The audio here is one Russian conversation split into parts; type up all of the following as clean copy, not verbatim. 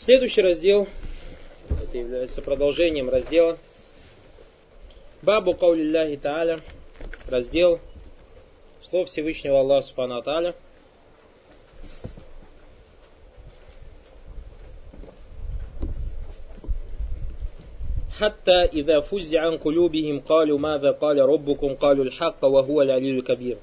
Следующий раздел, это является продолжением раздела Бабу Каулилляхи Тааля, раздел слов Всевышнего Аллаха Субхану ва Тааля. Хатта иза фуззи ан кулюбихим калю маза каля роббукум калю л-хакка ва хуа л-алию кабир.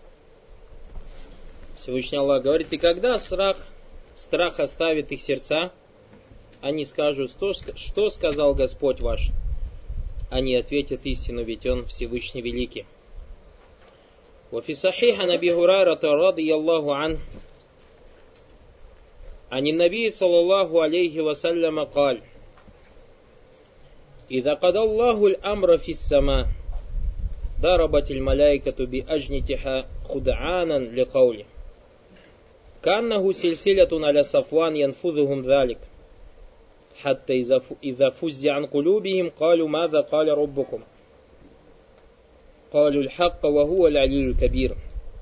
Всевышний Аллах говорит, и когда страх оставит их сердца, они скажут, что сказал Господь ваш. Они ответят истину, ведь Он Всевышний Великий. وفي صحيح عن أبي هريرة رضي الله عنه عن النبي صلى الله عليه وسلم قال إذا قضى الله الأمر في السماء ضربت الملائكة بأجنحتها خضعانا لقوله كأنه سلسلة على صفوان ينفذهم ذلك حتى إذا فزع عن قلوبهم قالوا ماذا قال ربكم قالوا الحق وهو العلي الكبير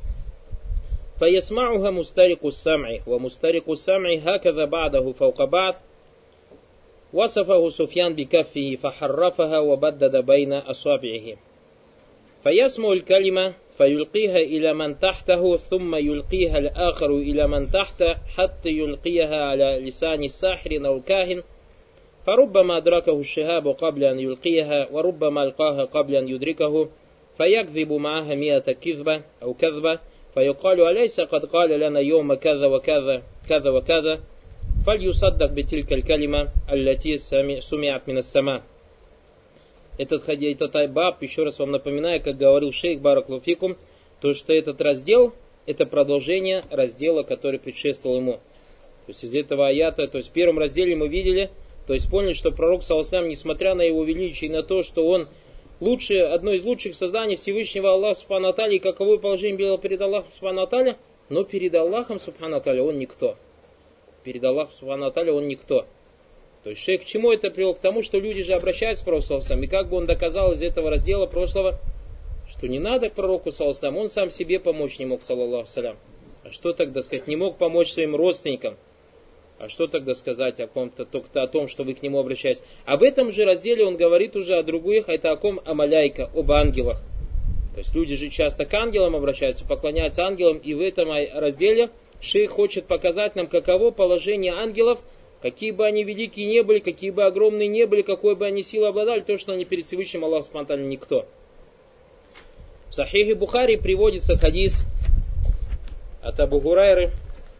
فيسمعها مسترق السمع ومسترق السمع هكذا بعده فوق بعض وصفه سفيان بكفه فحرفها وبدد بين أصابعه فيسمع الكلمة فيلقيها إلى من تحته ثم يلقيها الآخر إلى من تحته حتى يلقيها على لسان الساحر أو الكاهن فربما أدركه الشهاب قبل أن يلقيها وربما ألقاها قبل أن يدركه فيكذب معها 100 كذبة أو كذبة فيقال أليس قد قال لنا يوم كذا وكذا كذا وكذا فليصدق بتلك الكلمة التي سمعت من السماء. Этот айбаб, еще раз вам напоминаю, как говорил шейх Баракаллаху фикум, то что этот раздел, это продолжение раздела, который предшествовал ему. То есть из этого аята, то есть в первом разделе мы видели, то есть поняли, что пророк саллаллаху алейхи ва саллям, несмотря на его величие и на то, что он одно из лучших созданий Всевышнего Аллаха Субхану ва Тааля, и каковое положение было перед Аллахом Субхану ва Тааля, но перед Аллахом Субхану ва Тааля он никто. Перед Аллахом Субхану ва Тааля он никто. То есть шейх к чему это привел? К тому, что люди же обращаются к пророку саллаллаху алейхи ва саллям, и как бы он доказал из этого раздела прошлого, что не надо к пророку саллаллаху алейхи ва саллям, он сам себе помочь не мог, саллаллаху алейхи ва саллям. А что тогда сказать? Не мог помочь своим родственникам. А что тогда сказать о ком-то, только о том, что вы к нему обращаетесь? А в этом же разделе он говорит уже о других, это о ком? О маляйка, об ангелах. То есть люди же часто к ангелам обращаются, поклоняются ангелам, и в этом разделе шейх хочет показать нам, каково положение ангелов, какие бы они великие не были, какие бы огромные не были, какой бы они силой обладали, то, что они перед Всевышним Аллахом Субхану ва Тааля никто. В Сахихе Бухари приводится хадис от Абу Гурайры,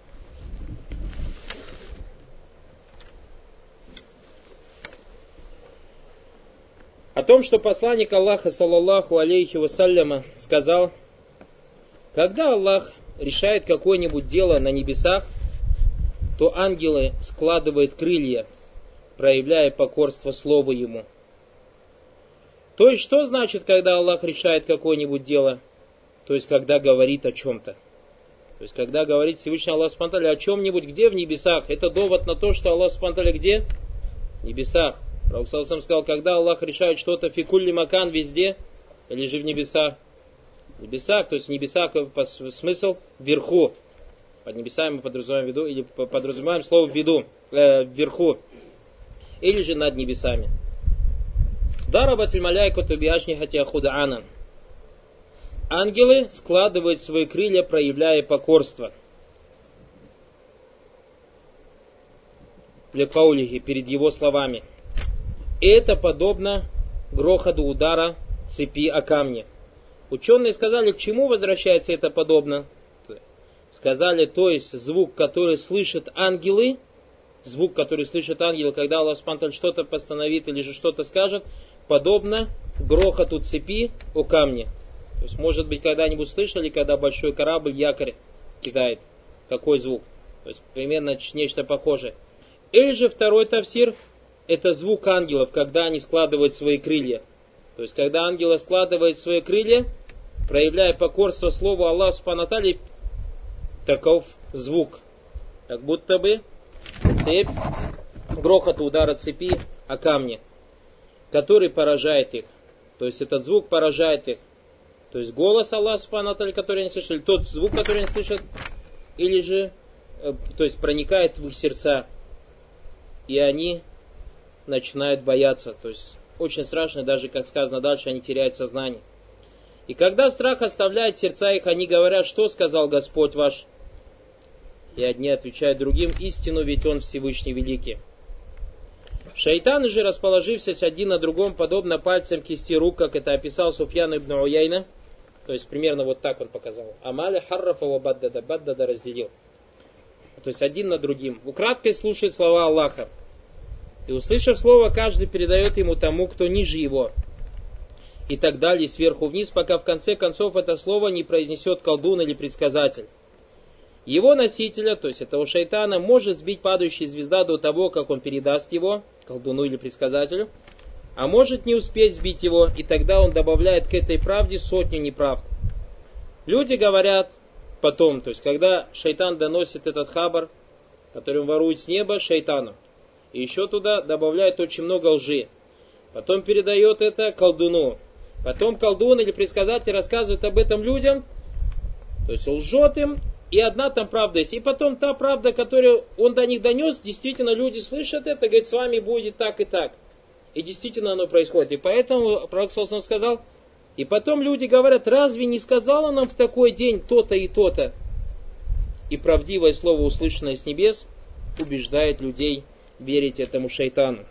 о том, что посланник Аллаха, саллаллаху алейхи вассаляма, сказал, когда Аллах решает какое-нибудь дело на небесах, то ангелы складывают крылья, проявляя покорство Слову Ему. То есть, что значит, когда Аллах решает какое-нибудь дело? То есть, когда говорит о чем-то. То есть, когда говорит Всевышний Аллах Субхану ва Тааля о чем-нибудь, где в небесах, это довод на то, что Аллах Субхану ва Тааля где? В небесах. Пророк саллаллаху алейхи ва саллям сказал, когда Аллах решает что-то фикулли макан везде, или же в небесах. В небесах, то есть в небесах смысл вверху. Под небесами мы подразумеваем виду, или подразумеваем слово виду, вверху. Или же над небесами. Дарабатиль маляйкату биашнихати худ'ана. Ангелы складывают свои крылья, проявляя покорство. Лекаулихи, перед его словами. И это подобно грохоту удара цепи о камни. Ученые сказали, к чему возвращается это подобно? Сказали, то есть звук, который слышат ангелы, когда Аллах Субхану ва Тааля что-то постановит или же что-то скажет, подобно грохоту цепи о камни. То есть, может быть, когда-нибудь слышали, когда большой корабль якорь кидает, какой звук? То есть, примерно нечто похожее. Или же второй тафсир, это звук ангелов, когда они складывают свои крылья. То есть, когда ангелы складывают свои крылья, проявляя покорство Слову Аллаха Субхану ва Тааля, таков звук. Как будто бы цепь, грохот удара цепи о камни, который поражает их. То есть, этот звук поражает их. То есть, голос Аллаха Субхану ва Тааля, который они слышали, тот звук, который они слышат, или же, то есть, проникает в их сердца. и они начинают бояться. То есть очень страшно, даже, как сказано дальше, они теряют сознание. И когда страх оставляет сердца их, они говорят, что сказал Господь ваш? И одни отвечают другим, истину, ведь Он Всевышний Великий. Шайтаны же, расположившись один на другом, подобно пальцам кисти рук, как это описал Суфьян ибн Уяйна, то есть примерно вот так он показал. Амаля харрафа ва баддада, баддада разделил. То есть один на другим. Украдкой слушает слова Аллаха. И услышав слово, каждый передает ему тому, кто ниже его. И так далее, сверху вниз, пока в конце концов это слово не произнесет колдун или предсказатель. Его носителя, то есть этого шайтана, может сбить падающая звезда до того, как он передаст его, колдуну или предсказателю, а может не успеть сбить его, и тогда он добавляет к этой правде сотню неправд. Люди говорят потом, то есть когда шайтан доносит этот хабар, который он ворует с неба, шайтану, и еще туда добавляет очень много лжи, потом передает это колдуну, потом колдун или предсказатель рассказывает об этом людям, то есть лжет им, и одна там правда есть. И потом та правда, которую он до них донес, действительно люди слышат это, говорит, с вами будет так и так. И действительно оно происходит. И поэтому пророк ﷺ сказал, и потом люди говорят, разве не сказал он нам в такой день то-то и то-то? И правдивое слово, услышанное с небес, убеждает людей верить этому шайтану.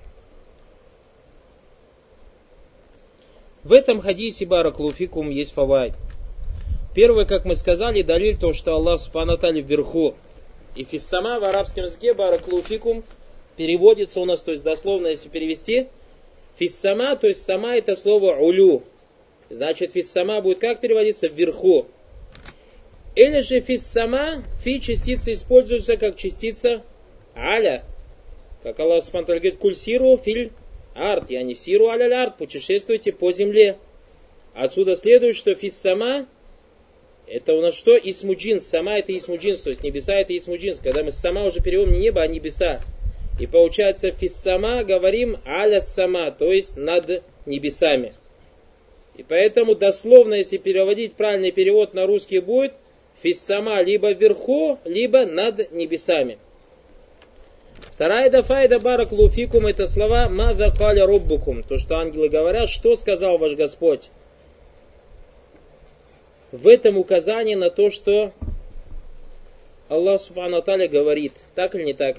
В этом хадисе баракалуфикум есть фавайд. Первое, как мы сказали, далиль то, что Аллах Субхану ва Тааля вверху. И фиссама в арабском языке баракалуфикум переводится у нас, то есть дословно, если перевести, фиссама, то есть сама это слово улю. Значит, фиссама будет как переводиться? Вверху. Или же фиссама, фи частица используется как частица аля. Как Аллах Субхану ва Тааля говорит, куль сиру филь арт, я не сиру аляль арт, путешествуйте по земле. Отсюда следует, что фиссама это у нас что? Исмуджинс. Сама это исмуджинс, то есть небеса это исмуджинс. Когда мы сама уже переводим не небо, а небеса. И получается фиссама говорим аля сама, то есть над небесами. И поэтому дословно, если переводить правильный перевод на русский, будет фиссама либо вверху, либо над небесами. Вторая дафайда баракалуфикум это слова маза каля роббукум. То, что ангелы говорят, что сказал ваш Господь. В этом указание на то, что Аллах Субхану ва Тааля говорит. Так или не так?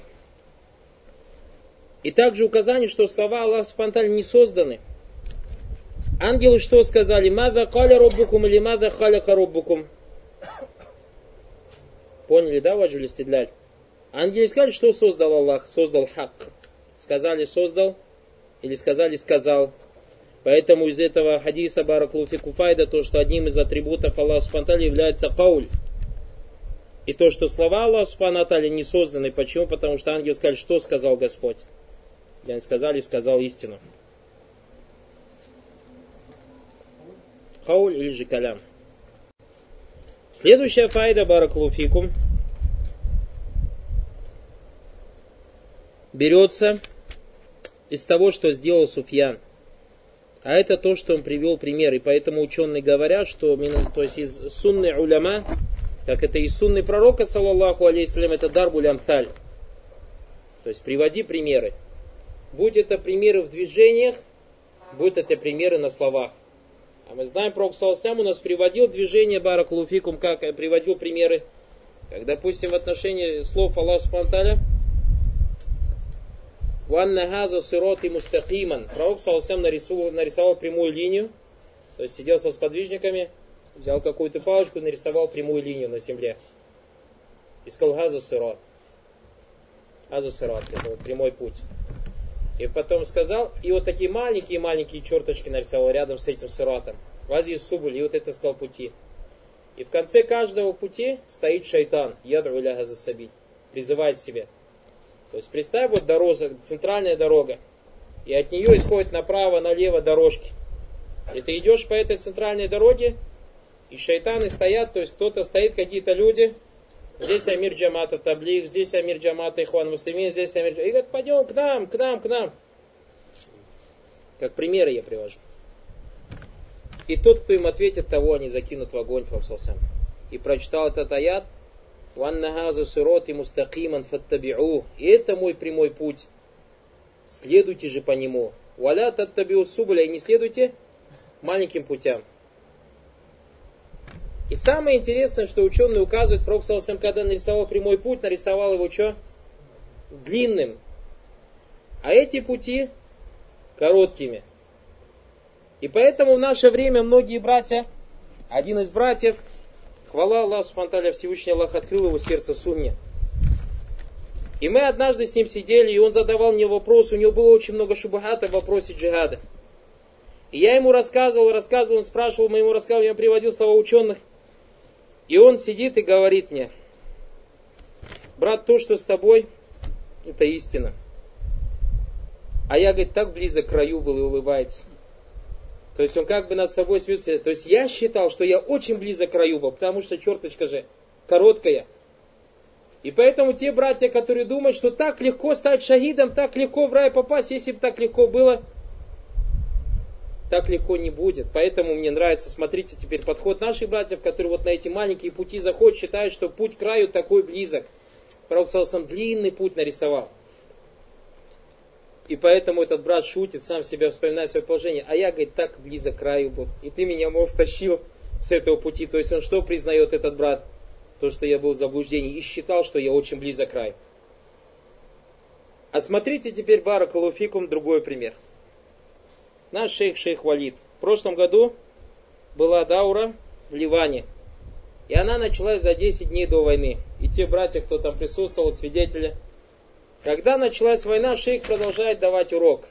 И также указание, что слова Аллаха Субхану ва Тааля не созданы. Ангелы что сказали? Маза каля роббукум или маза халяка роббукум? Поняли, да, ваджули стидляль? Ангелы сказали, что создал Аллах? Создал хак. Сказали создал или сказали сказал. Поэтому из этого хадиса баракалуфику файда, то, что одним из атрибутов Аллаха Субхану ва Тааля является кауль. И то, что слова Аллаха Субхану ва Тааля не созданы. Почему? Потому что ангелы сказали, что сказал Господь. И они сказали, сказал истину. Кауль или же калям. Следующая файда баракалуфикум берется из того, что сделал Суфьян. А это то, что он привел пример. И поэтому ученые говорят, что то есть из сунны уляма, как это из сунны пророка, саллаллаху алейхиссалям, это дарбуль амталь. То есть приводи примеры. Будь это примеры в движениях, будь это примеры на словах. А мы знаем, пророк саллаллаху алейхи ва саллям у нас приводил движение баракалуфикум, как приводил примеры. Как, допустим, в отношении слов Аллаха субхану ва тааля, «Ванна газа сироти мустакиман». Пророк саллаллаху алейхи ва саллям нарисовал прямую линию, то есть сидел со сподвижниками, взял какую-то палочку и нарисовал прямую линию на земле. И сказал газа сирот. Газа сирот, это вот прямой путь. И потом сказал, и вот такие маленькие черточки нарисовал рядом с этим сиротом. Вази субуль, и вот это сказал пути. И в конце каждого пути стоит шайтан, ядру иля газа сабиль, призывает себе. То есть представь, вот дорога, центральная дорога, и от нее исходят направо, налево дорожки. И ты идешь по этой центральной дороге, и шайтаны стоят, то есть кто-то стоит, какие-то люди. Здесь амир джамата таблиг, здесь амир джамата ихван муслимин, здесь амир джамата. И говорят, пойдем к нам. Как примеры я привожу. И тот, кто им ответит, того они закинут в огонь, пророк. И прочитал этот аят. «Ванна газа сироти мустакиман фаттаби'у». И это мой прямой путь. следуйте же по нему. Валя таттабиу субуля, и не следуйте маленьким путям. И самое интересное, что ученые указывают, Пророк саллаллаху алейхи ва саллям, когда нарисовал прямой путь, нарисовал его что? Длинным. А эти пути короткими. И поэтому в наше время многие братья, один из братьев, хвала Аллаху субхану ва тааля, Всевышний Аллах открыл его сердце сунне. И мы однажды с ним сидели, и он задавал мне вопрос, у него было очень много шубахатов в вопросе джихада. И я ему рассказывал, он спрашивал, мы ему рассказывали, я приводил слова ученых. И он сидит и говорит мне: брат, то, что с тобой, это истина. А я, говорит, так близок к краю был и улыбается. То есть он как бы над собой смеется. То есть я считал, что я очень близок к краю был, потому что черточка же короткая. И поэтому те братья, которые думают, что так легко стать шахидом, так легко в рай попасть, если бы так легко было, так легко не будет. Поэтому мне нравится, смотрите теперь подход наших братьев, которые вот на эти маленькие пути заходят, считают, что путь к краю такой близок. Пророк саллаллаху алейхи ва саллям длинный путь нарисовал. И поэтому этот брат шутит, сам себя вспоминает свое положение. А я, говорит, так близок к краю был. И ты меня, мол, стащил с этого пути. То есть он что признает, этот брат? То, что я был в заблуждении и считал, что я очень близок к краю. А смотрите теперь, баракаллаху фикум, другой пример. Наш шейх Валид. В прошлом году была даура в Ливане. И она началась за 10 дней до войны. И те братья, кто там присутствовал, свидетели. Когда началась война, шейх продолжает давать урок.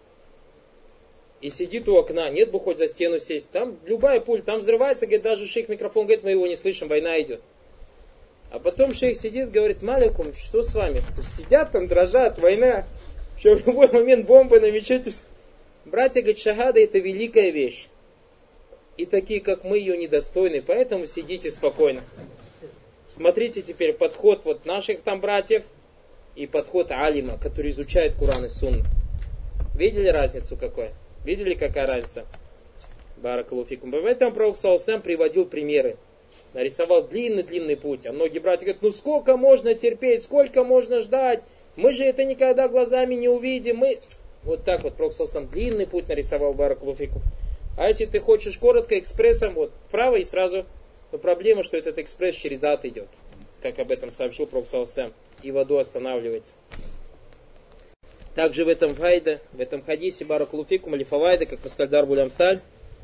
И сидит у окна. Нет бы хоть за стену сесть. Там любая пуль, там взрывается, говорит, даже шейх микрофон, говорит, мы его не слышим, война идет. А потом шейх сидит, говорит: маликум, что с вами? Сидят там, дрожат, война. Что в любой момент бомбы на мечети. Братья, говорит, шахада это великая вещь. И такие, как мы, ее недостойны. Поэтому сидите спокойно. Смотрите теперь подход вот наших там братьев и подход алима, который изучает Куран и Сунну. Видели разницу какой? Видели, какая разница? Баракаллаху фикум. В этом Пророк саллаллаху алейхи ва саллям приводил примеры. Нарисовал длинный путь. А многие братья говорят: ну сколько можно терпеть, сколько можно ждать? Мы же это никогда глазами не увидим. Мы... Вот так вот Пророк саллаллаху алейхи ва саллям длинный путь нарисовал, баракаллаху фикум. А если ты хочешь коротко, экспрессом, вот вправо и сразу, то проблема, что этот экспресс через ад идет. Как об этом сообщил Пророк саллаллаху алейхи ва саллям. И в аду останавливается. Также в этом файда, в этом хадисе баракаллаху фикум или фавайда, как сказал Дарбуль Амталь,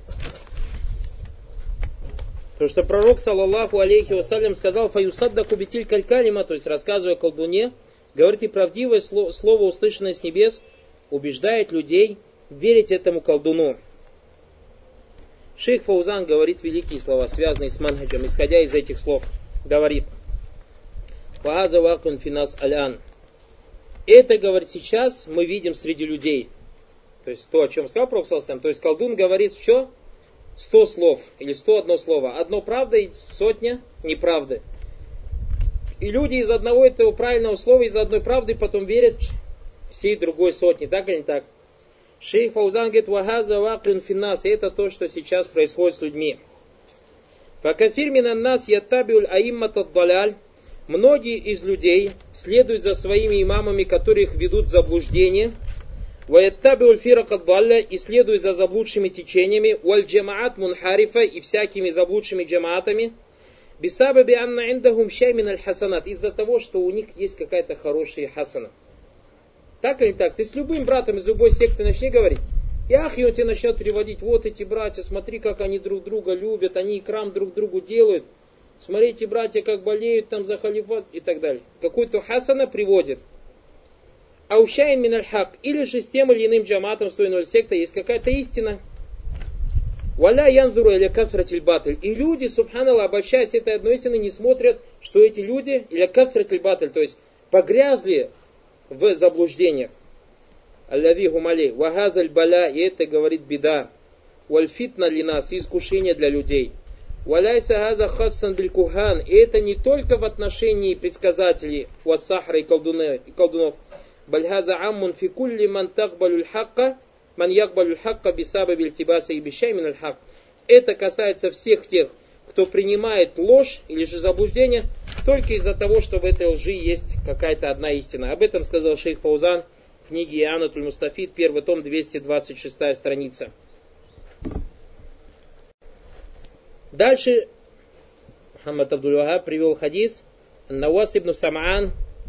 то, что пророк, саллаллаху алейхи вассалям, сказал: фаюсаддаку битиль калькалима, то есть рассказывая о колдуне, говорит, и правдивое слово, услышанное с небес, убеждает людей верить этому колдуну. Шейх Фаузан говорит великие слова, связанные с манхаджем, исходя из этих слов, говорит: фааза вакун финас алян. Это, говорит, сейчас мы видим среди людей. То есть то, о чем сказал пророк, саллаллаху алейхи ва саллям, то есть колдун говорит, что 100 слов или 101 слово. Одно правда и 100 неправды. И люди из одного этого правильного слова, из одной правды потом верят всей другой сотни. Так или не так? Шейх Фаузан говорит: вахаза ваклин финнас. И это то, что сейчас происходит с людьми. Факафир минан нас яттабиуль аиммат ад-даляль. Многие из людей следуют за своими имамами, которые их ведут в заблуждение. وَيَتَّبِعُ الْفِرَقَ الضَّالَّةَ и следует за заблудшими течениями, وَالْجَمَعَاتْ مُنْحَرِفَ и всякими заблудшими джамаатами, بِسَبَبِ أَنَّ عِنْدَهُمْ شَيْءٍ مِنَ الْحَسَنَاتِ из-за того, что у них есть какая-то хорошая хасана. Так или не так? Ты с любым братом из любой секты начни говорить, и он тебе начнет переводить: вот эти братья, смотри, как они друг друга любят, они икрам друг другу делают, смотрите, братья, как болеют там за халифат и так далее. Какую-то хасана приводит. Аушайн миналь хак, или же с тем или иным джаматом с той или иной сектой есть какая-то истина. Валя янзуру или кафратиль батль. И люди, субханаллах, обольщаясь этой одной истиной, не смотрят, что эти люди, или кафратиль батль, то есть погрязли в заблуждениях. Аллави гумали, вагазаль баля, и это говорит беда. Вальфитна ли нас, искушение для людей. Валяйса газа хассан биль кухан, и это не только в отношении предсказателей, вассахра и колдунов. Бальхаза аммун фи кулли ман такбалюль хакка, ман якбалюль хакка бисаба бильтибаса и бишай миналь хак. Это касается всех тех, кто принимает ложь или же заблуждение только из-за того, что в этой лжи есть какая-то одна истина. Об этом сказал шейх Фаузан книги Ианатуль Мустафид, первый том, 226 страница. Дальше Мухаммад Абдуль-Вахаб привел хадис. Науас ибн Сам'ан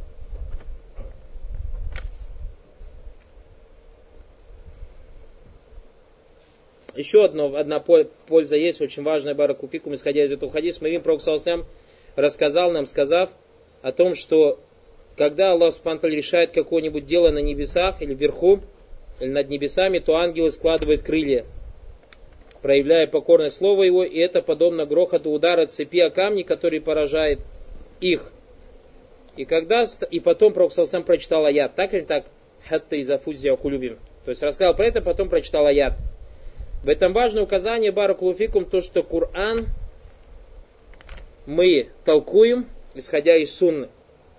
еще одна польза есть, очень важная, баракуфикум, исходя из этого хадиса. Мы видим, Пророк ﷺ рассказал нам, сказав о том, что когда Аллах Субхану ва Тааля решает какое-нибудь дело на небесах или вверху, или над небесами, то ангелы складывают крылья, проявляя покорность слова его, и это подобно грохоту удара цепи о камни, который поражает их. И потом Пророк ﷺ прочитал аят, так или так, хатта изафузия кулюбим. То есть рассказал про это, потом прочитал аят. В этом важное указание, баракулуфикум, то, что Коран мы толкуем, исходя из сунны.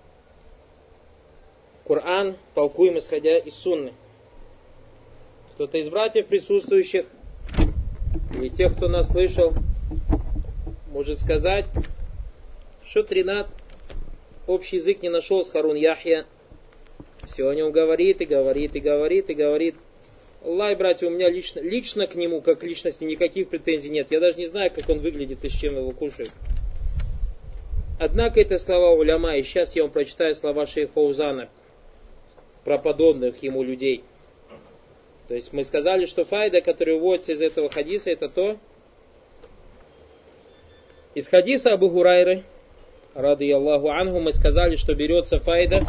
Коран толкуем, исходя из сунны. Кто-то из братьев присутствующих, или тех, кто нас слышал, может сказать, что Ринат общий язык не нашел с Харун Яхья. Все о нем говорит, и говорит, и говорит, и говорит. Аллах, братья, у меня лично к нему, как к личности, никаких претензий нет. Я даже не знаю, как он выглядит и с чем его кушают. Однако это слова уляма, и сейчас я вам прочитаю слова шейха Фаузана про подобных ему людей. То есть мы сказали, что файда, которая выводится из этого хадиса, это то. Из хадиса Абу Хурайры, рады Аллаху анху, мы сказали, что берется файда.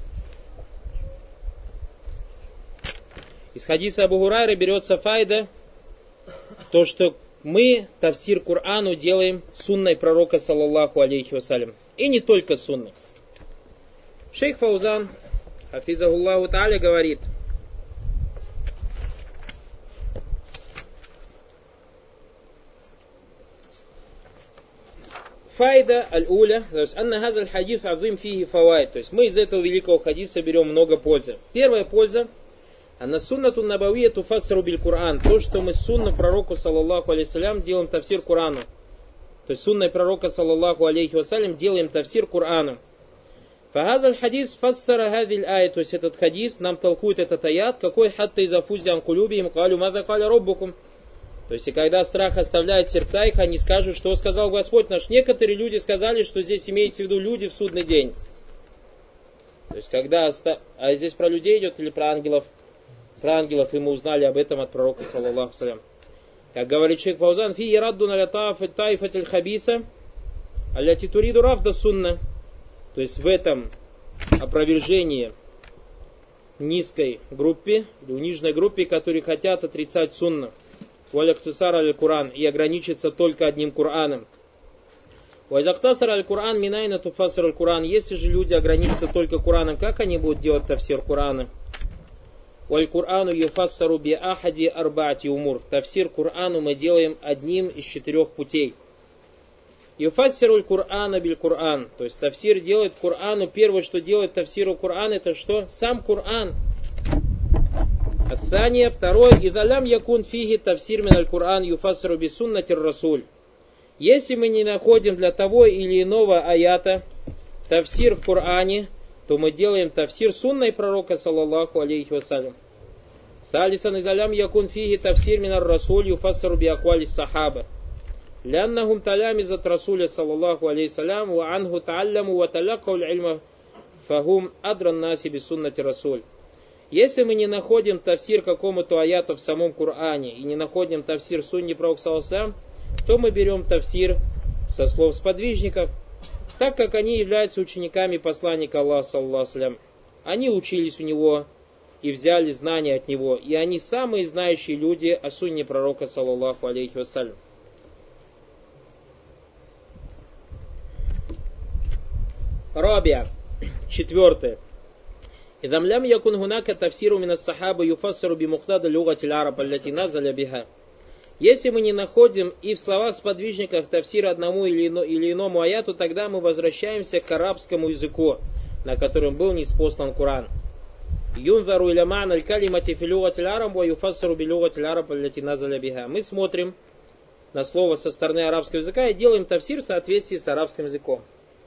Из хадиса Абу Хурайры берется файда, то, что мы тафсир Корану делаем сунной пророка, саллаллаху алейхи вассалям. И не только сунной. Шейх Фаузан, хафизахуллаху тааля, говорит: файда аль-уля, то есть анна хазаль хадис азим фихи фавайд. То есть мы из этого великого хадиса берем много пользы. Первая польза: анна суннатун набавия туфассару биль Кур'ан. То, что мы сунну пророку, саллаллаху алейхиссалям, делаем тафсир Корану. То есть сунной пророка, саллаллаху алейхи вассалям, делаем тафсир Корану. Фахазаль хадис фассара хадиль ай. То есть этот хадис нам толкует этот аят. Какой хатта изафузян кулюбихим калю маза каля роббукум. То есть и когда страх оставляет сердца их, они скажут, что сказал Господь наш. Некоторые люди сказали, что здесь имеется в виду люди в судный день. То есть когда... А здесь про людей идет или про ангелов? Про ангелов, и мы узнали об этом от пророка, саллаллаху салям. Как говорит шейх Фаузан, фи ярадду на тайфатель хабиса, алляти туриду рафда сунна. То есть в этом опровержении низкой группе, или униженной группе, которые хотят отрицать сунна, валяктисар аль-Куран, и ограничиться только одним Кураном. Вайзактасар аль-Куран минайна туфасар аль-Куран. Если же люди ограничатся только Кураном, как они будут делать тафсир Курана? Валь-Курану юфассару би ахади арбаати умур. Тафсир Курану мы делаем одним из 4 путей. Юфассиру аль-Курана биль-Куран. То есть тафсир делает Курану. Первое, что делает тафсиру Куран, это что? Сам Куран. Аттания, второе, идалям якун фиги тафсир мин аль-Куран юфассару би суннатир расуль. Если мы не находим для того или иного аята тафсир в Коране, то мы делаем тафсир сунной пророка, саллаллаху алейхи вассалям. Талисан изалям якун фиги тафсир минар расуль юфассару би аквали сахаба. Ляннахум талямизат расуля, саллаллаху алейхи вассалям, ва анху таалляму ва таляккау аль-ильма фахум адран наси би суннати расуль. Если мы не находим тафсир какому-то аяту в самом Коране и не находим тафсир сунни пророка, саллаллаху алейхи вассалям, то мы берем тафсир со слов сподвижников, так как они являются учениками посланника Аллаха, саллаллаху алейхи ва саллям. Они учились у него и взяли знания от него, и они самые знающие люди о сунне пророка, саллаллаху алейхи ва саллям. Рабия. 4. Идам лям якун гунака тафсиру минас сахаба юфассару би мухтада люгатиль араб аллати назаля биха. Если мы не находим и в словах сподвижников тафсир одному или иному аяту, тогда мы возвращаемся к арабскому языку, на котором был ниспослан Коран. Юнзару иля ма'на аль-калимати фи люгатиль араб ва юфассару би люгатиль араб аллати назаля биха. Мы смотрим на слово со стороны арабского языка и делаем тафсир в соответствии с арабским языком.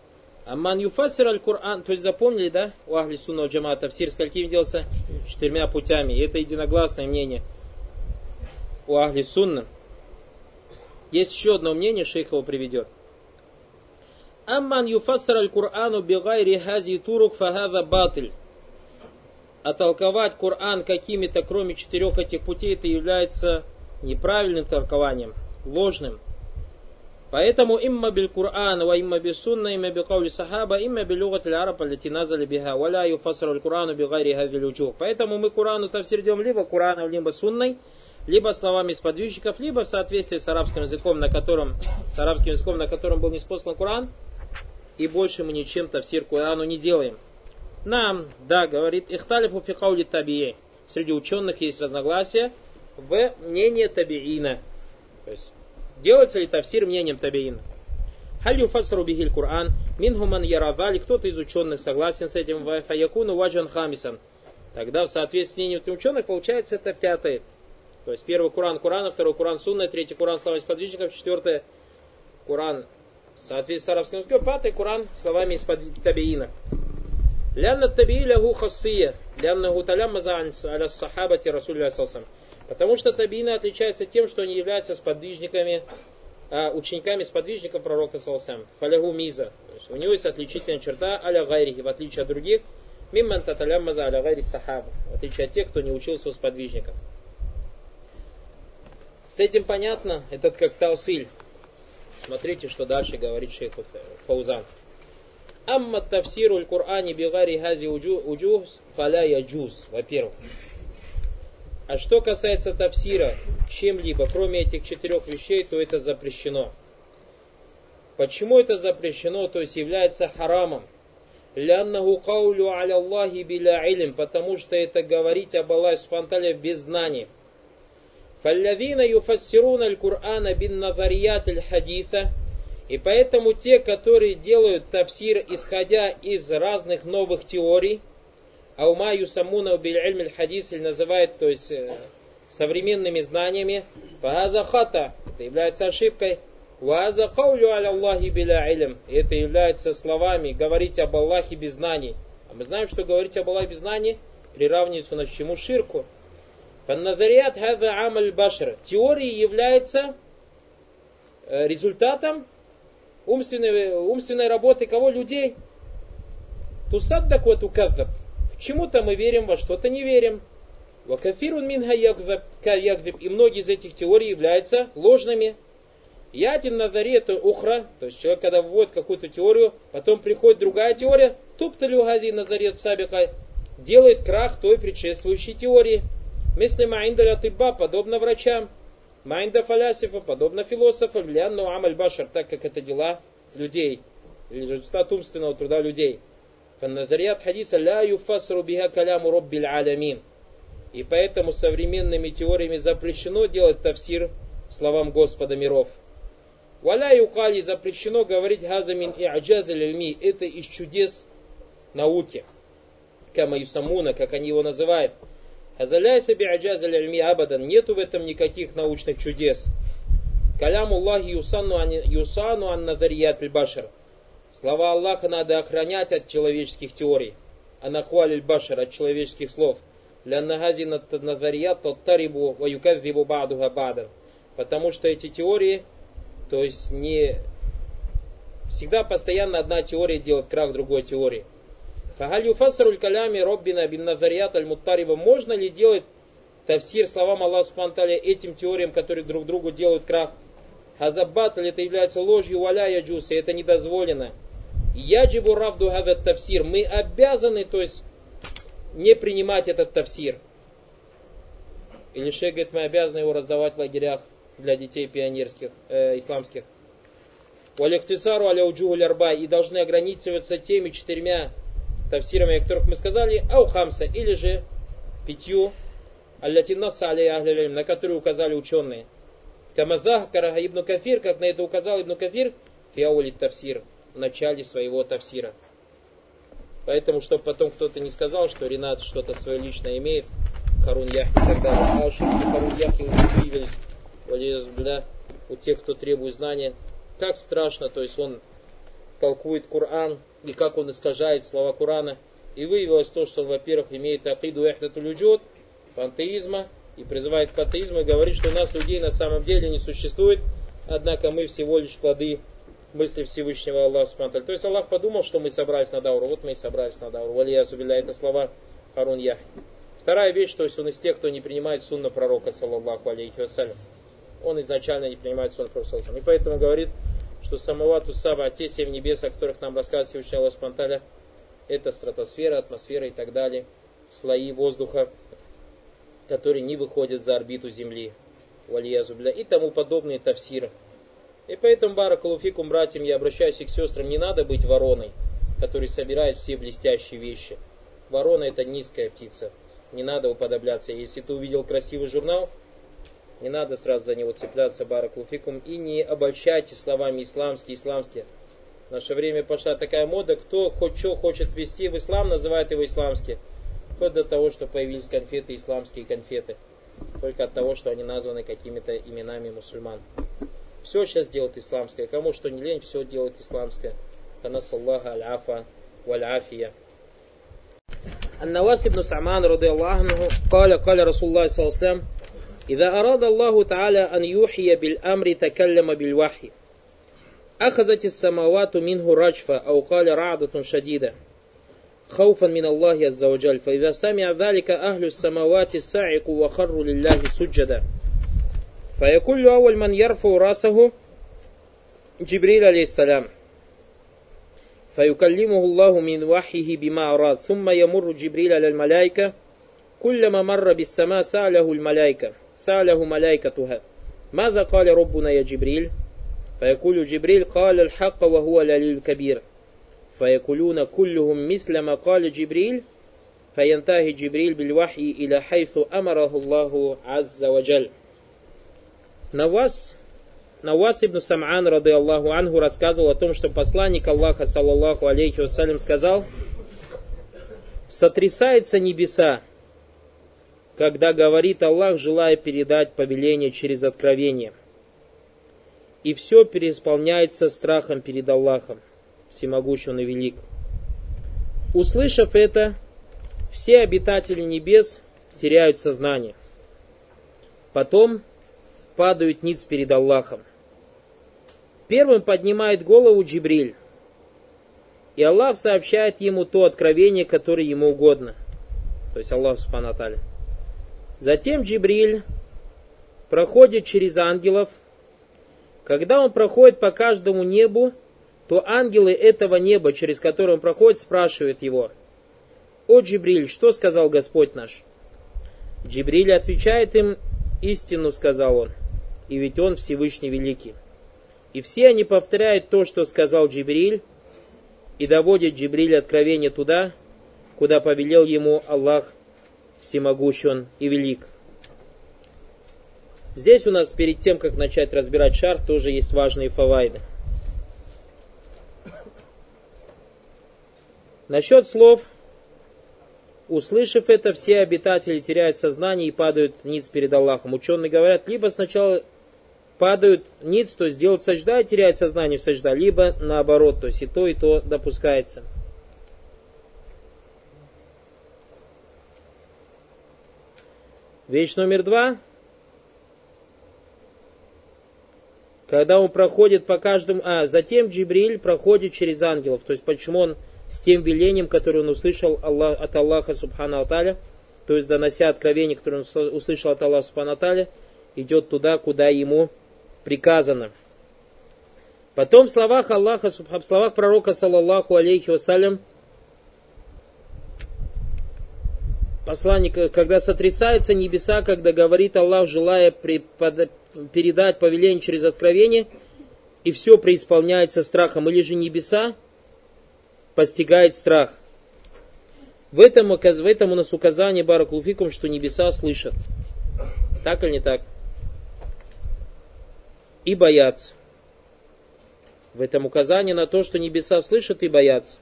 Амман юфассир аль-Кур'ан, то есть запомнили, да, у ахли сунна валь джамаа тафсир сколькими делался? 4 путями. И это единогласное мнение у ахли сунна. Есть еще одно мнение, шейх его приведет. Амман юфассир аль-Кур'ану бигайри хази турук фахаза батиль. А толковать Коран какими-то, кроме 4 этих путей, это является неправильным толкованием, ложным. Поэтому имма биль Кур'ан, ва имма бис сунна, имма би каули сахаба, имма би лугат аль-араб, аллати назали биха, ва ла юфассиру аль-Курану би гайри хази луджух. Поэтому мы Курану тафсир делаем либо Кураном, либо сунной, либо словами сподвижников, либо в соответствии с арабским языком, на котором был ниспослан Куран, и больше мы ничем тафсир Курану не делаем. Нам, да, говорит, ихталифу фи каули табии. Среди ученых есть разногласия в мнении табиина. То есть, делается ли тафсир мнением табиина? Халь юфассару бихиль Кур'ан, минху ман яравали, кто-то из ученых согласен с этим, фаякуну ваджан хамисан. Тогда в соответствии с мнением ученых получается это 5. То есть, 1 Кур'ан Кур'ана, 2 Кур'ан Сунна, 3 Кур'ан словами сподвижников, 4 Кур'ан в соответствии с арабским языком, 5 Кур'ан словами табиина. Лянна табии лягу хассия, ляннаху таляммаза аля сахабати расулля салсам. Потому что табиины отличаются тем, что они являются сподвижниками, учениками сподвижников пророка салсам. Фалягу миза. То есть у него есть отличительная черта аля гайрихи, в отличие от других, мимман таталяммаза аля гайри сахаба, в отличие от тех, кто не учился у сподвижников. С этим понятно, этот как таусиль. Смотрите, что дальше говорит шейх Фаузан. Амма тафсиру аль-Кур'ани бигари хази уджух фаля яджуз. Во-первых. А что касается тафсира чем-либо, кроме этих 4 вещей, то это запрещено. Почему это запрещено, то есть является харамом? Ляннаху каулю аля Аллахи биля илм, потому что это говорить об Аллахе субхану без знаний. Фаллавина юфассируна аль-Кур'ана бин назарият аль-хадиса. И поэтому те, которые делают тафсир, исходя из разных новых теорий, аума юсамуна биль ильм аль-хадис, или называют, то есть современными знаниями, фахаза хата, это является ошибкой, вахаза каулю аля Аллахи биля илм, это является словами говорить об Аллахе без знаний. А мы знаем, что говорить об Аллахе без знаний приравнивается у нас к чему? Ширку. Фанназарият хаза амаль башар. Теория является результатом умственной работы кого? Людей. Тусаддак ва тукаддаб. В чему-то мы верим, во что-то не верим. Ва кафирун минха ягдаб. И многие из этих теорий являются ложными. Ятин назарияту ухра. То есть человек, когда вводит какую-то теорию, потом приходит другая теория, тупталю гази назарияту сабика, делает крах той предшествующей теории. Если маиндаля тибба, подобно врачам. Майнда фалясифа, подобно философам, лянну амаль башар, так как это дела людей, или результат умственного труда людей. Фанназарият хадиса ля юфассру биха каляму роббиль алямин. И поэтому современными теориями запрещено делать тафсир словам Господа миров. Валя юкали, запрещено говорить газамин и аджазаль ильми, это из чудес науки. Кама юсамуна, как они его называют. Азаляй себе аджазаль ильми абадан, нету в этом никаких научных чудес. Каляму Аллахи юсану ан назарият аль-башар. Слова Аллаха надо охранять от человеческих теорий. Анахуаль аль-башар, от человеческих слов. Ляннагази назарият таттарибу ва юкадзибу ба'духа ба'дан. Потому что эти теории, то есть не всегда постоянно одна теория делает крах другой теории. Фахаль юфассару аль-калями роббина бин назарият аль-муттариба. Можно ли делать тафсир словам Аллаха субхану ва тааля этим теориям, которые друг другу делают крах? Хазаббатль, это является ложью, валя яджус, и это недозволено. Яджибу равду хазат тафсир. Мы обязаны, то есть, не принимать этот тафсир. Или шейх говорит, мы обязаны его раздавать в лагерях для детей пионерских, исламских. Валихтисару аля уджуху лярбай. И должны ограничиваться теми 4 тафсирами, о которых мы сказали, аухамса, или же 5, аллатиннаса аля ахлиль, на которые указали ученые. Камазах карага ибн Кафир, как на это указал ибн Кафир, фиаули тафсир, в начале своего тафсира. Поэтому, чтобы потом кто-то не сказал, что Ренат что-то свое личное имеет, Харун Яхи и так далее. А ошибки Харун Яхи появились у тех, кто требует знания. Как страшно, то есть он толкует Коран и как он искажает слова Корана. И выявилось то, что он, во-первых, имеет акиду эхдатуль вуджуд, пантеизма, и призывает к пантеизму, и говорит, что у нас людей на самом деле не существует, однако мы всего лишь плоды мысли Всевышнего Аллаха Субхану. То есть Аллах подумал, что мы собрались на дауру, вот мы и собрались на дауру. Валиясу билля, это слова Харун Яхья. Вторая вещь, то есть он из тех, кто не принимает сунна пророка, саллаллаху алейхи вассалям. Он изначально не принимает сунна пророка, саллаллаху. И поэтому говорит, что самавату саба, те 7 небес, о которых нам рассказывает Всевышний Аллах Субхану, это стратосфера, атмосфера и так далее, слои воздуха, которые не выходят за орбиту Земли, валиязу билля, и тому подобные тафсиры. И поэтому, баракалуфикум, братьям, я обращаюсь и к сестрам, не надо быть вороной, который собирает все блестящие вещи. Ворона — это низкая птица, не надо уподобляться. Если ты увидел красивый журнал, не надо сразу за него цепляться, баракалуфикум, и не обольщайте словами исламские. В наше время пошла такая мода, кто хоть что хочет ввести в ислам, называет его исламские. Вплоть до того, что появились конфеты, исламские конфеты. Только от того, что они названы какими-то именами мусульман. Все сейчас делают исламское. Кому что не лень, все делает исламское. Канасаллаха аль-афа валь-афия. Ан-Навас ибн Сам'ан радийаллаху анху قال رسول الله صلى الله عليه وسلم إذا أراد الله تعالى أن يوحي بالأمر تكلم بالوحي أخذت السماوات منه رجفة أو قال رعدة شديدة خوفا من الله عز وجل فإذا سمع ذلك أهل السماوات صعقوا وخروا لله سجدا فيقول أول من يرفع رأسه جبريل عليه السلام فيكلمه الله من وحيه بما أراد ثم يمر جبريل على الملائكة كلما مر بالسماء سأله ملائكتها ماذا قال ربنا يا جبريل فيقول جبريل قال الحق وهو العلي الكبير فيقولون كلهم مثل ما قال جبريل فينتهي جبريل بالوحي إلى حيث أمره الله عز وجل. Навас ибн Сам'ан радийаллаху анху рассказывал о том, что посланник Аллаха саллаллаху алейхи вассалям сказал: сотрясаются небеса, когда говорит Аллах, желая передать повеление через откровение. И все переисполняется страхом перед Аллахом, всемогущим и велик. Услышав это, все обитатели небес теряют сознание. Потом падают ниц перед Аллахом. Первым поднимает голову Джибриль, и Аллах сообщает ему то откровение, которое ему угодно. То есть Аллах субхану ва тааля. Затем Джибриль проходит через ангелов. Когда он проходит по каждому небу, то ангелы этого неба, через которое он проходит, спрашивают его: «О Джибриль, что сказал Господь наш?» Джибриль отвечает им: «Истину сказал он, и ведь он Всевышний Великий». И все они повторяют то, что сказал Джибриль, и доводит Джибриль откровение туда, куда повелел ему Аллах Всемогущий и Велик. Здесь у нас перед тем, как начать разбирать шар, тоже есть важные фавайды. Насчет слов: услышав это, все обитатели теряют сознание и падают ниц перед Аллахом. Ученые говорят, либо сначала падают ниц, то есть делают сажда и теряют сознание в сажда, либо наоборот, то есть и то допускается. Вещь номер 2. Когда он проходит по каждому... затем Джибриль проходит через ангелов. То есть почему он с тем велением, которое он услышал от Аллаха субхану ва тааля, то есть донося откровение, которое он услышал от Аллаха субхану ва тааля, идет туда, куда ему приказано. Потом в словах Аллаха, в словах пророка саллаллаху алейхи вассалям, посланник, когда сотрясаются небеса, когда говорит Аллах, желая передать повеление через откровение, и все преисполняется страхом, или же небеса постигает страх. В этом у нас указание, баракулуфикум, что небеса слышат. Так или не так? И боятся. В этом указание на то, что небеса слышат и боятся.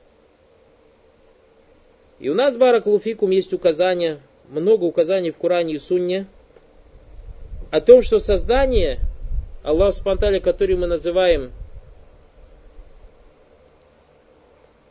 И у нас, баракулуфикум, есть указания, много указаний в Коране и Сунне о том, что создание Аллаха субхану ва тааля, которое мы называем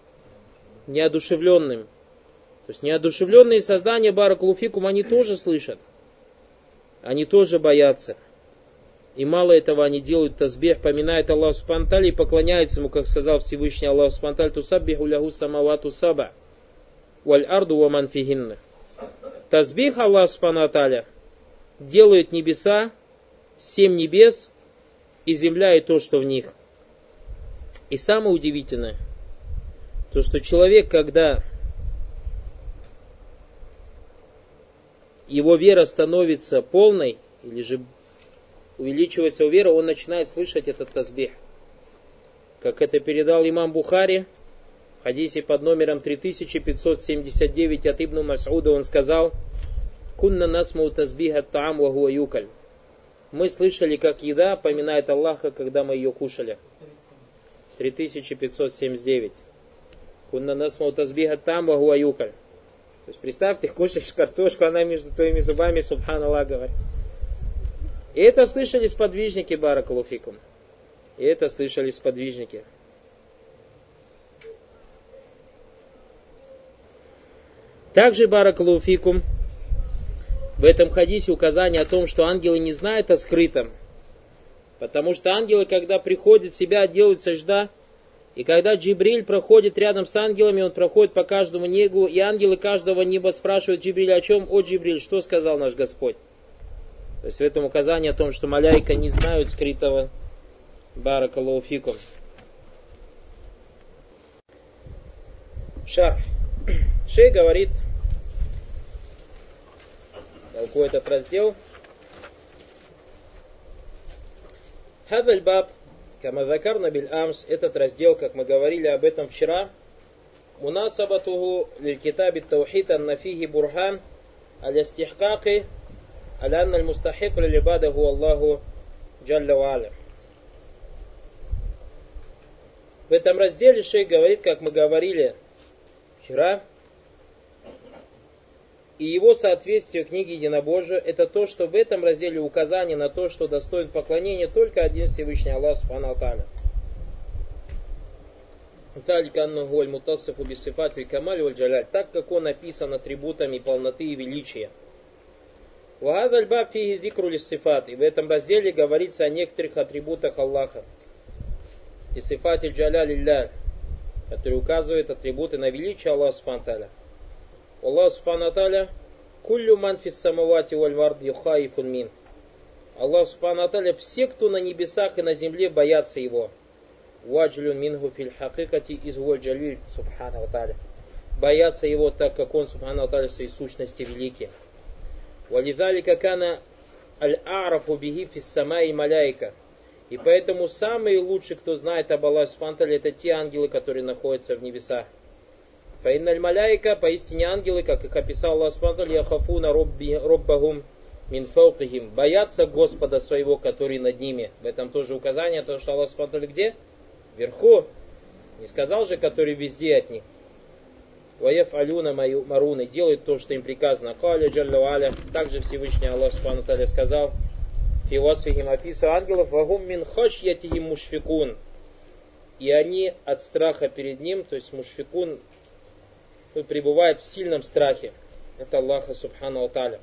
неодушевленным. То есть неодушевленные создания, баракалуфикум, они тоже слышат. Они тоже боятся. И мало этого, они делают тасбих, поминают Аллаха субхану тааля и поклоняются ему, как сказал Всевышний Аллах субхану тааля: «Тусаббиху ляху самавату саба, валь арду ва ман фихинна». Тасбих Аллах субхану тааля делает небеса, 7 небес и земля и то, что в них. И самое удивительное, то что человек, когда его вера становится полной, или же увеличивается вера, он начинает слышать этот тасбих. Как это передал имам Бухари в хадисе под номером 3579 от Ибн Мас'уда, он сказал: «Кунна насмау тасбиха таам ва хуа юкаль». Мы слышали, как еда поминает Аллаха, когда мы ее кушали. 3579. Кунна насмау тасбиха таам ва хуа юкаль. То есть представь, ты кушаешь картошку, она между твоими зубами, субханаллах, говорит. И это слышали сподвижники, баракалуфикум. И это слышали сподвижники. Также, баракалуфикум, в этом хадисе указание о том, что ангелы не знают о скрытом. Потому что ангелы, когда приходят в себя, делают сажда. И когда Джибриль проходит рядом с ангелами, он проходит по каждому небу. И ангелы каждого неба спрашивают Джибриля: о чем? О, Джибриль, что сказал наш Господь? То есть в этом указание о том, что маляйка не знают скрытого. Баракаллаху фикум. Шарх. Шейх говорит, какой этот раздел. Хадаль баб, кама закарна биль амс, этот раздел, как мы говорили об этом вчера, мунасабатуху лиль китаби таухид анна фихи бурхан алястихкаки алянна аль-мустахик лилибада ху Аллаху джалля ва аля. В этом разделе шейх говорит, как мы говорили вчера, и его соответствие книге Единобожия, это то, что в этом разделе указание на то, что достоин поклонения только один Всевышний Аллах субхану ва тааля. Так как он описан атрибутами полноты и величия. И в этом разделе говорится о некоторых атрибутах Аллаха. И сифати джаля лилля, который указывает атрибуты на величие Аллаха субхану ва тааля. Аллах субхану ва тааля куллю ман фис самавати валь арди юхаифун мин. Аллах субхану ва тааля, все, кто на небесах и на земле, боятся его. Ваджлюн минху филь хакикати из джалиль субхану ва тааля. Боятся его, так как он субхану ва тааля в своей сущности великий. Валидалика кана аль-а'рафу бихи фис самаи маляйка. И поэтому самые лучшие, кто знает об Аллахе субхану ва тааля, это те ангелы, которые находятся в небесах. Фаинналь маляйка, поистине ангелы, как их описал Аллах субхану ва тааля, яхафуна роббахум мин фаукихим, боятся Господа своего, который над ними. В этом тоже указание, то, что Аллах субхану ва тааля где? Вверху. Не сказал же, который везде от них. Ваяф алюна маруны, делают то, что им приказано. Каля джалля ва аля, также Всевышний Аллах субхану ва тааля сказал, фивасфихим, описывая ангелов, вагум мин хашьятихим мушфикун. И они от страха перед ним, то есть мушфикун, пребывает в сильном страхе. Это Аллаха субхану ва тааля.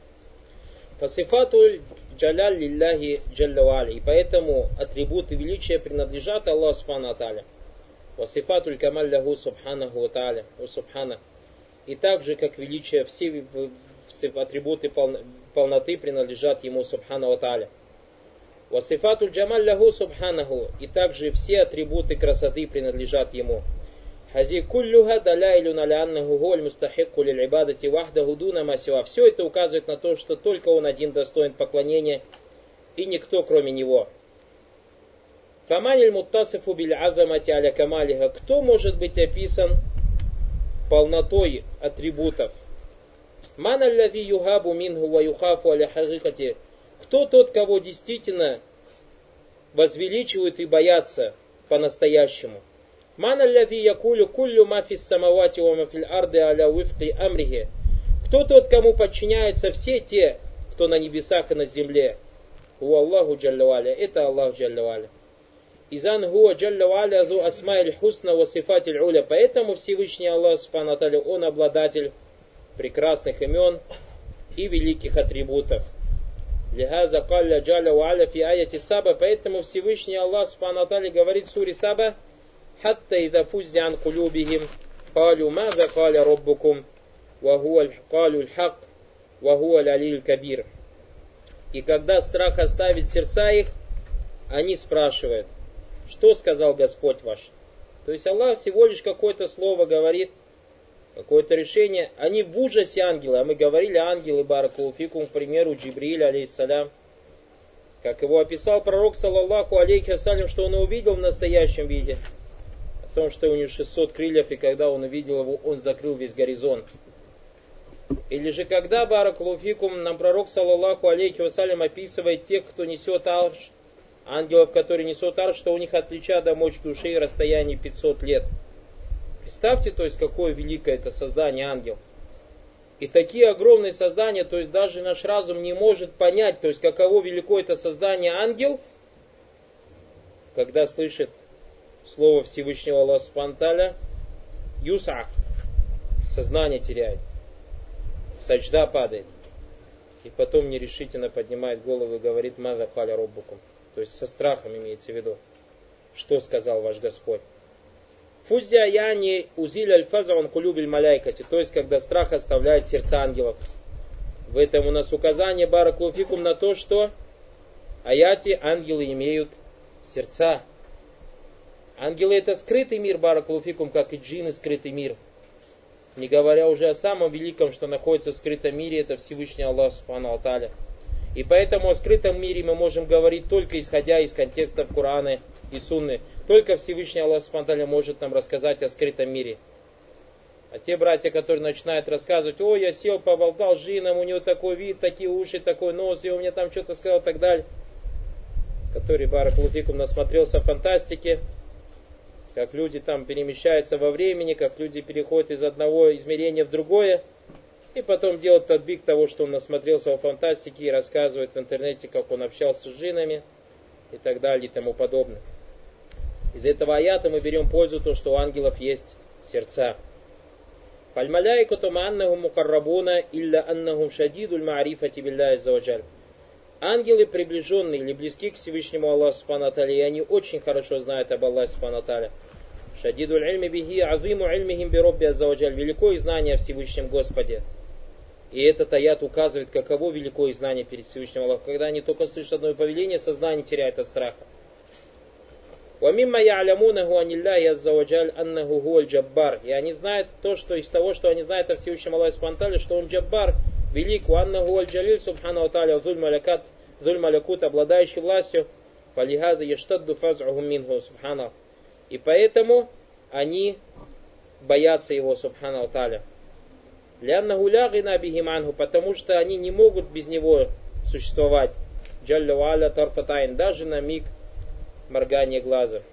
Фасифату джаляль лилляхи джалля ва аля. И поэтому атрибуты величия принадлежат Аллаху субхану ва тааля. Васифату камаль ляху субханаху ва тааля. И также, как величие, все атрибуты полноты принадлежат ему субхану ва тааля. Васифату джамаль ляху субханаху. И также все атрибуты красоты принадлежат ему. Хази куллюха даляйлюн аляннаху голь мустахикку лиль ибадати вахдаху дуна масива. Все это указывает на то, что только он один достоин поклонения и никто кроме него. Фаманиль муттасифу биль азамати аля камалиха. Кто может быть описан полнотой атрибутов? Ман аллази юхабу минху ва юхафу аля хагикати. Кто тот, кого действительно возвеличивают и боятся по-настоящему? Ман аллази якулю куллю ма фис самавати ва ма фил арди аля вифки амрихи. Кто тот, кому подчиняются все те, кто на небесах и на земле? Hu Аллаху джалля ва аля. Это Аллах джалля ва аля. Изан хуа джалля ва аля зу асмаиль хусна ва сифатиль уля. Поэтому Всевышний Аллах Субхану ва Тааля, Он обладатель прекрасных имен и великих атрибутов. Лихаза калля джалля ва аля фи аяти Саба. Поэтому Всевышний Аллах Субхану ва Тааля говорит в суре Саба: хатта ида фуззи ан кулюбихим калю маза каля роббукум ва хуа калю лхак ва хуа алиль кабир. И когда страх оставит сердца их, они спрашивают: что сказал Господь ваш? То есть Аллах всего лишь какое-то слово говорит, какое-то решение. Они в ужасе ангелы. А мы говорили, ангелы, баракуллаху фикум, к примеру, Джибриль, алейхиссалям, как его описал пророк, саллаллаху алейхи вассалям, что он увидел в настоящем виде. О том, что у него 600 крыльев, и когда он увидел его, он закрыл весь горизонт. Или же когда, баракуллаху фикум, нам пророк, саллаллаху алейхи вассалям, описывает тех, кто несет арш, ангелов, которые несут арш, что у них от плеча до мочки ушей расстояние 500 лет. Представьте, то есть, какое великое это создание ангел. И такие огромные создания, то есть, даже наш разум не может понять, то есть, каково велико это создание ангел, когда слышит слово Всевышнего Аллаха Субхану ва Тааля, юса, сознание теряет, саджда падает. И потом нерешительно поднимает голову и говорит: маза каля роббукум. То есть со страхом имеется в виду. Что сказал ваш Господь? Фузя яни узиль аль-фаза он кулюбиль маляйкати. То есть когда страх оставляет сердца ангелов. В этом у нас указание, баракуллаху фикум, на то, что аяти ангелы имеют сердца. Ангелы это скрытый мир, баракуллаху фикум, как и джинны скрытый мир. Не говоря уже о самом великом, что находится в скрытом мире, это Всевышний Аллах Субхану ва Тааля. И поэтому о скрытом мире мы можем говорить только исходя из контекстов Корана и Сунны. Только Всевышний Аллах Субхану ва Тааля может нам рассказать о скрытом мире. А те братья, которые начинают рассказывать: о, я сел, поболтал с джинном, у него такой вид, такие уши, такой нос, и он мне там что-то сказал и так далее. Который, баракуллаху фикум, насмотрелся в фантастике, как люди там перемещаются во времени, как люди переходят из одного измерения в другое. И потом делать татбик того, что он насмотрелся во фантастике, и рассказывает в интернете, как он общался с джиннами и так далее и тому подобное. Из этого аята мы берем пользу, то, что у ангелов есть сердца. Фальмаляйкату мааннахум мукаррабуна илля аннахум шадидуль маарифати билляхи азза ва джаль. Ангелы приближенные или близки к Всевышнему Аллаху Субхану ва Тааля, и они очень хорошо знают об Аллахе Субхану ва Тааля. Шадидуль ильми бихи азиму ильмихим би робби азза ва джаль. Великое знание о Всевышнем Господе. И этот аят указывает, каково великое знание перед Всевышним Аллахом. Когда они только слышат одно повеление, сознание теряет от страха. وَمِمَّا يَعْلَمُونَهُ عَنِ اللَّهِ عَزَّ وَجَلَّ أَنَّهُ هُوَ الْجَبَّارِ. И они знают то, что из того, что они знают о Всевышнем Аллахе Субхану ва Тааля, что он джаббар, велик, وَأَنَّهُ هُوَ الْجَلِيلُ Субхану ва Тааля, ذُلْ малякут, обладающий властью, فَلِهَذَا يَشْتَدُّ فَزْعُهُمْ مِنْهُ Субхану. И поэтому они боятся его, Субхану ва Тааля. لأنه لا غنى بهم عنه, потому что они не могут без него существовать. Джалля ва аля тарфатайн, даже на миг моргания глаза.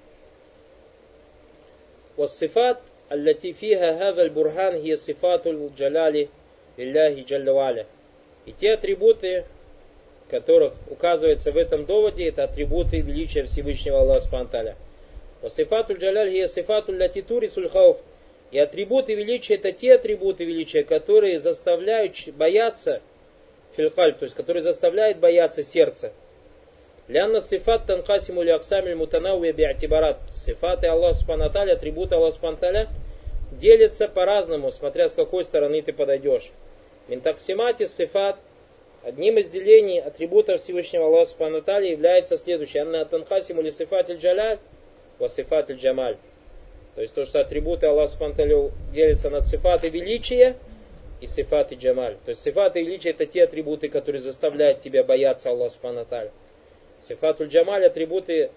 والصفات التي فيها هذا البرهان هي صفات الجلال لله جل وعلا. И те атрибуты, которых указывается в этом доводе, это атрибуты величия Всевышнего Аллаха Субхану ва Тааля. وصفات الجلال هي صفات التي تورث الخوف. И атрибуты величия, это те атрибуты величия, которые заставляют бояться филькаль, то есть которые заставляют бояться сердца. Лянна сифат танкасиму ли аксамиль мутанауя биатибарат. Сифаты Аллаха Субхану ва Тааля, атрибуты Аллаха Субхану ва Тааля делятся по-разному, смотря с какой стороны ты подойдешь. Минтаксимати сифат, одним из делений атрибутов Всевышнего Аллаха Субхану ва Тааля является следующее. Анна танкасиму ли сифат аль-джаляль ва сифат аль-джамаль. То есть то, что атрибуты Аллаха Субхану ва Тааля делятся на сифаты величия и сифаты джамаль. То есть сифаты величия это те атрибуты, которые заставляют тебя бояться Аллаха Субхану ва Тааля. Сифатуль джамаль, атрибуты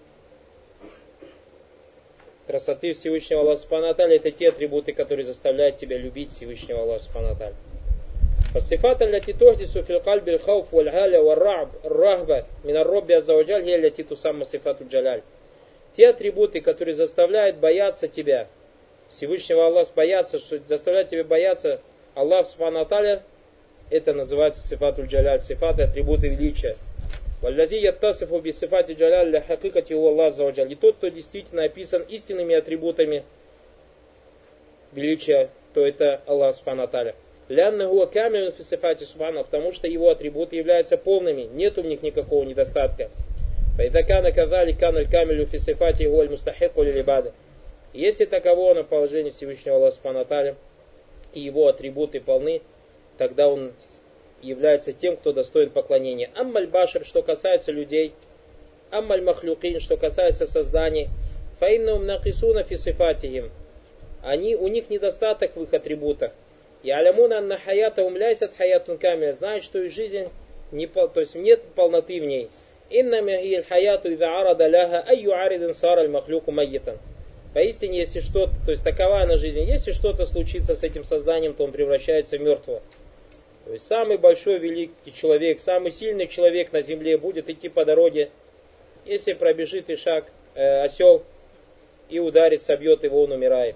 красоты Всевышнего Аллаха Субхану ва Тааля, это те атрибуты, которые заставляют тебя любить Всевышнего Аллаха Субхану ва Тааля. فالصفات التي تحدث في القلب الخوف والهالة والرهبة من الرب عز وجل هي التي تسمى صفات الجلال. Те атрибуты, которые заставляют бояться тебя, Всевышнего Аллаха, бояться, что заставляют тебя бояться Аллаха Субхану ва Тааля, это называется сифатуль джаляль, сифаты, атрибуты величия. Валлази яттасифу бисифати джаляль ля хакикати у Аллах аззаваджаль. И тот, кто действительно описан истинными атрибутами величия, то это Аллах субхану ва тааля. Лянна хуа камилун фи сифати субхану, потому что его атрибуты являются полными, нет в них никакого недостатка. Фаида кана казали каналь камилю фи сифати хуаль мустахику лиль ибада. Если таково на положении Всевышнего Аллаха субхану ва тааля, и его атрибуты полны, тогда он является тем, кто достоин поклонения. Аммаль башар, что касается людей, аммаль махлюкин, что касается созданий, фаиннаум накисуна фи сифатихим. У них недостаток в их атрибутах. Ялямуна анна хаята умляйсат хаятун камиля, знают, что и жизнь то есть нет полноты в ней. Инна махияль хаяту ида арада ляха айю аридин сараль махлюку майятан. Поистине, если что-то, то есть такова она жизнь, если что-то случится с этим созданием, то он превращается в мертвого. То есть самый большой великий человек, самый сильный человек на земле будет идти по дороге, если пробежит и шаг осел и ударит, собьет его, он умирает.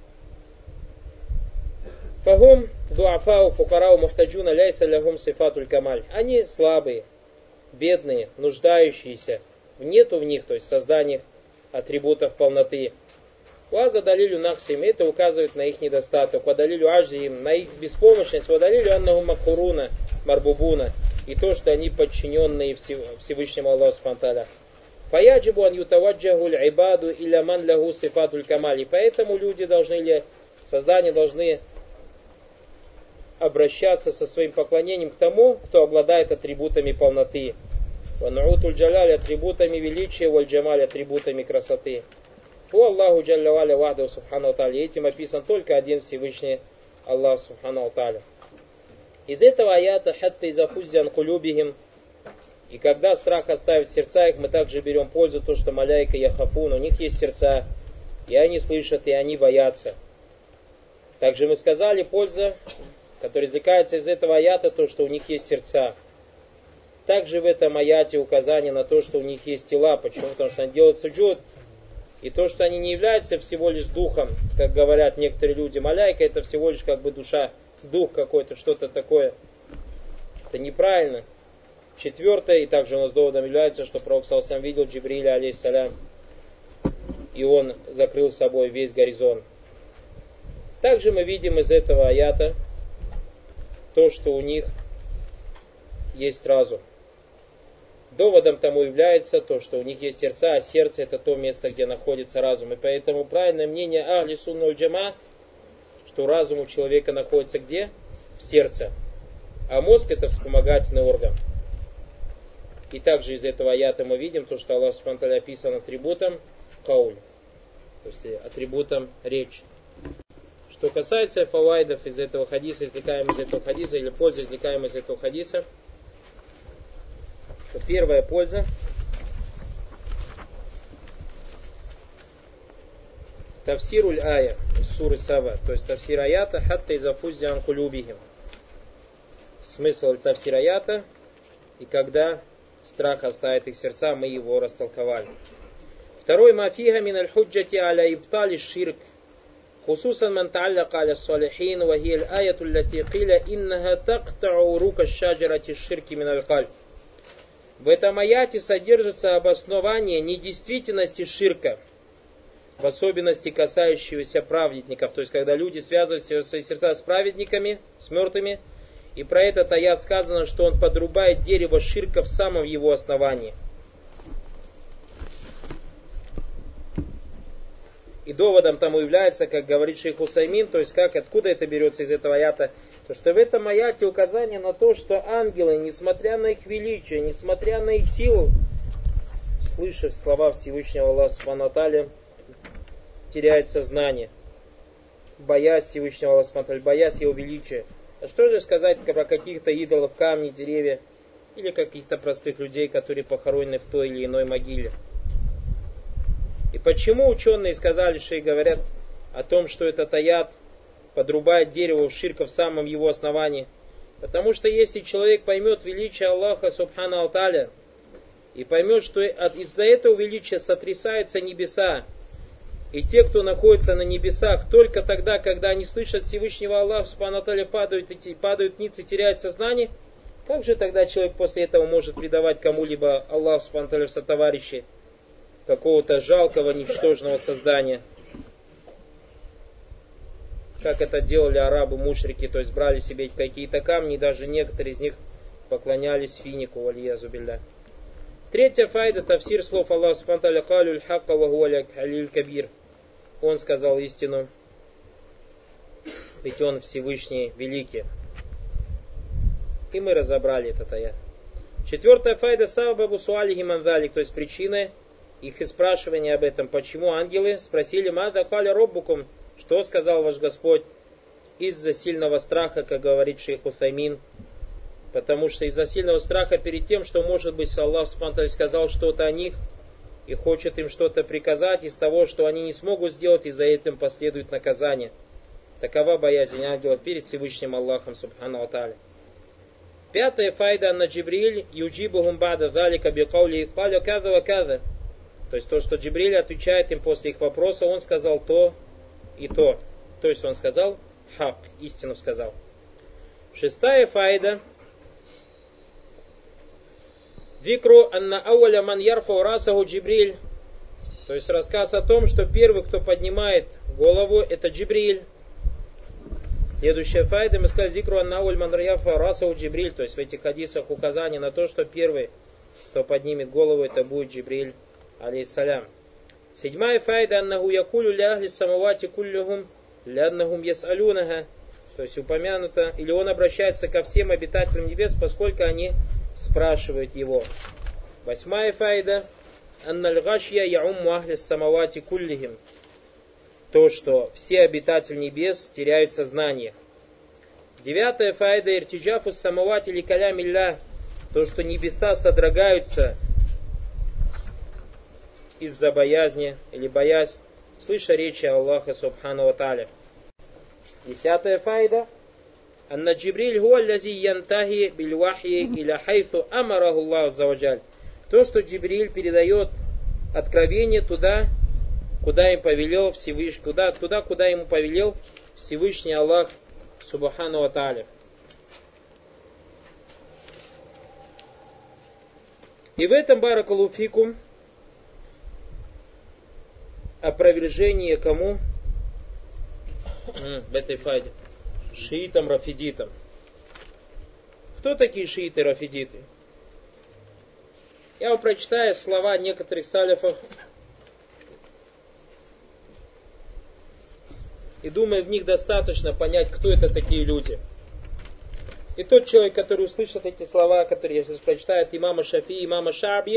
Фагум дуафау фукарау мухтаджуна ляйса лягум сифатуль камаль. Они слабые, бедные, нуждающиеся. Нету в них, то есть в созданиях атрибутов полноты. Ваза далилю нахсим, это указывает на их недостаток. Вадалилю аждиим, на их беспомощность. Вадалилю аннаху макхуруна марбубуна. И то, что они подчиненные Всевышнему Аллаху субхану ва тааля. Фаяджибу ан ютаваджахуль ибаду илля ман лягу сифатуль камаль. И поэтому люди должны, создания должны обращаться со своим поклонением к тому, кто обладает атрибутами полноты. Вануутуль джаляль, атрибутами величия, валь джамаль, атрибутами красоты. Ху Аллаху джалля валя вахду субхану ва тааля. Этим описан только один Всевышний Аллах субхану ва тааля. Из этого аята хатта изафуззян кулюбихим. И когда страх оставит сердца их, мы также берем пользу то, что маляйка яхафун, у них есть сердца, и они слышат, и они боятся. Также мы сказали, польза, которая извлекается из этого аята, то, что у них есть сердца. Также в этом аяте указание на то, что у них есть тела. Почему? Потому что они делают суджуд. И то, что они не являются всего лишь духом, как говорят некоторые люди, маляйка, это всего лишь как бы душа, дух какой-то, что-то такое. Это неправильно. Четвертое, и также у нас доводом является, что Пророк саллаллаху алейхи ва саллям видел Джибриля алейхиссалям, и он закрыл собой весь горизонт. Также мы видим из этого аята то, что у них есть разум. Доводом тому является то, что у них есть сердца, а сердце это то место, где находится разум. И поэтому правильное мнение ахли сунна валь джама, что разум у человека находится где? В сердце. А мозг это вспомогательный орган. И также из этого аята мы видим то, что Аллах субхану ва тааля описан атрибутом кауль, то есть атрибутом речи. Что касается фавайдов из этого хадиса, извлекаем из этого хадиса, или пользы, извлекаем из этого хадиса, то первая польза тафсируль ая из суры Саба, то есть тафсир аята хатта изафуззи ан кулюбихим. Смысл тафсир аята, и когда страх оставит их сердца, мы его растолковали. Второй мафиха мин аль-худжати аля ибтали ширк. خصوصا من تعلق على الصالحين وهي الآية التي قيل إنها تقطع عروق الشجرة الشرك من القلب. В этом аяте содержится обоснование недействительности ширка, в особенности касающегося праведников. То есть, когда люди связывают свои сердца с праведниками, с мертвыми, и про этот аят сказано, что он подрубает дерево ширка в самом его основании. И доводом тому является, как говорит шейх Усаймин, то есть откуда это берется из этого аята, то что в этом аяте указание на то, что ангелы, несмотря на их величие, несмотря на их силу, слышав слова Всевышнего Аллаха субхану ва тааля, теряют сознание, боясь Всевышнего Аллаха субхану ва тааля, боясь его величия. А что же сказать про каких-то идолов, камни, деревья, или каких-то простых людей, которые похоронены в той или иной могиле? И почему ученые сказали, что и говорят о том, что этот аят подрубает дерево в ширка в самом его основании? Потому что если человек поймет величие Аллаха субхану ва тааля и поймет, что из-за этого величия сотрясаются небеса, и те, кто находится на небесах, только тогда, когда они слышат Всевышнего Аллаха субхану ва тааля, падают ниц и теряют сознание, Как же тогда человек после этого может предавать кому-либо Аллах Субхану ва Тааля в сотоварищи какого-то жалкого, ничтожного создания? Как это делали арабы-мушрики, то есть брали себе какие-то камни, и даже некоторые из них поклонялись финику, валиязу билля. Третья файда, тафсир слов Аллаха Субхану ва Тааля, «Калюль хакка ва хуа алиль кабир». Он сказал истину, ведь он Всевышний Великий. И мы разобрали этот аят. Четвертая файда, сабабу суалихи мандалик, то есть причина их спрашивания об этом. Почему ангелы спросили: «Мада каля роббукум», что сказал ваш Господь? Из-за сильного страха, как говорит шейх Утаймин. Потому что из-за сильного страха перед тем, что, может быть, Аллах Субхану ва Тааля сказал что-то о них и хочет им что-то приказать из того, что они не смогут сделать, и за этим последует наказание. Такова боязнь ангелов перед Всевышним Аллахом Субхану ва Тааля. Пятая файда, анна Джибриль юджибухум бада залика бикаули каля када ва када. То есть то, что Джибриль отвечает им после их вопроса, он сказал то и то. То есть он сказал хак, истину сказал. Шестая файда. Викру анна ауаля ман ярфау расаху Джибриль. То есть рассказ о том, что первый, кто поднимает голову, это Джибриль. Следующая файда, мы сказали, зикру анна ауаль ман ярфау расаху Джибриль. То есть в этих хадисах указание на то, что первый, кто поднимет голову, это будет Джибриль, алейхиссалям. Седьмая файда, аннаху якулю ля ахли самавати куллюхум ляннахум ясалюнага. То есть упомянуто, или он обращается ко всем обитателям небес, поскольку они спрашивают его. Восьмая файда, анналь гашья яумму ахли самавати куллихим. То, что все обитатели небес теряют сознание. Девятая файда, иртиджафу самавати ли калям илля. То, что небеса содрогаются из-за боязни или боясь, слыша речи Аллаха Субхану ва Тааля. Десятая файда. Анна Джибриль хуа лази янтахи биль вахьи иля хайфу амараху Аллаху аззаваджаль. То, что Джибриль передает откровение туда, куда им повелел Всевышний, куда ему повелел Всевышний Аллах Субхану ва Тааля. И в этом баракаллаху фикум опровержение кому? В этой файде. Шиитам, рафидитам. Кто такие шииты, рафидиты? Я вам прочитаю слова некоторых салифов. И думаю, в них достаточно понять, кто это такие люди. И тот человек, который услышит эти слова, которые я сейчас прочитаю, от имама Шафии, имама Шааби,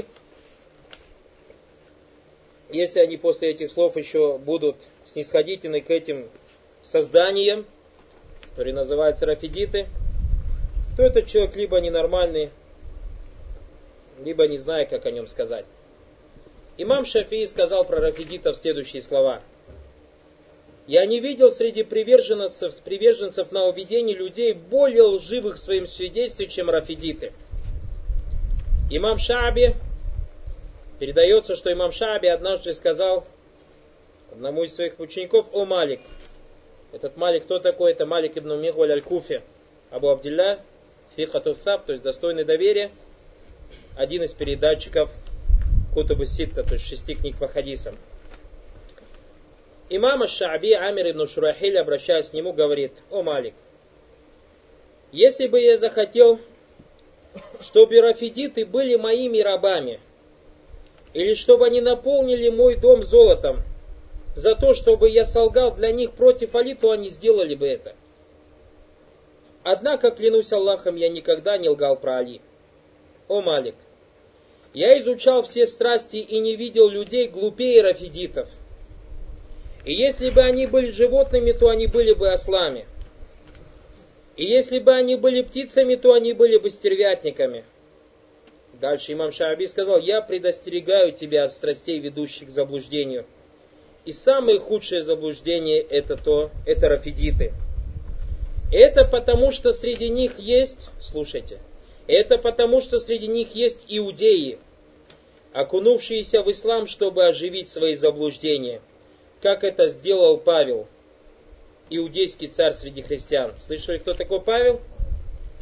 если они после этих слов еще будут снисходительны к этим созданиям, которые называются рафидиты, то этот человек либо ненормальный, либо не знаю, как о нем сказать. Имам Шафии сказал про рафидитов следующие слова. «Я не видел среди приверженцев нововведений людей более лживых в своем свидетельстве, чем рафидиты». Имам Шааби, передается, что имам Шааби однажды сказал одному из своих учеников: «О Малик». Этот Малик кто такой? Это Малик ибн Михваль аль-Куфи, Абу Абдилля, фикхату саб, то есть достойный доверия, один из передатчиков Кутуб ас-Ситта, то есть 6 книг по хадисам. Имам аш-Шааби Амир ибн Шурахиль, обращаясь к нему, говорит: «О Малик, если бы я захотел, чтобы рафидиты были моими рабами, или чтобы они наполнили мой дом золотом, за то, чтобы я солгал для них против Али, то они сделали бы это. Однако, клянусь Аллахом, я никогда не лгал про Али. О Малик, я изучал все страсти и не видел людей глупее рафидитов. И если бы они были животными, то они были бы ослами. И если бы они были птицами, то они были бы стервятниками». Дальше имам Шааби сказал: «Я предостерегаю тебя от страстей, ведущих к заблуждению. И самое худшее заблуждение это рафидиты. Это потому, что среди них есть, слушайте, это потому, что среди них есть иудеи, окунувшиеся в ислам, чтобы оживить свои заблуждения, как это сделал Павел, иудейский царь среди христиан». Слышали, кто такой Павел?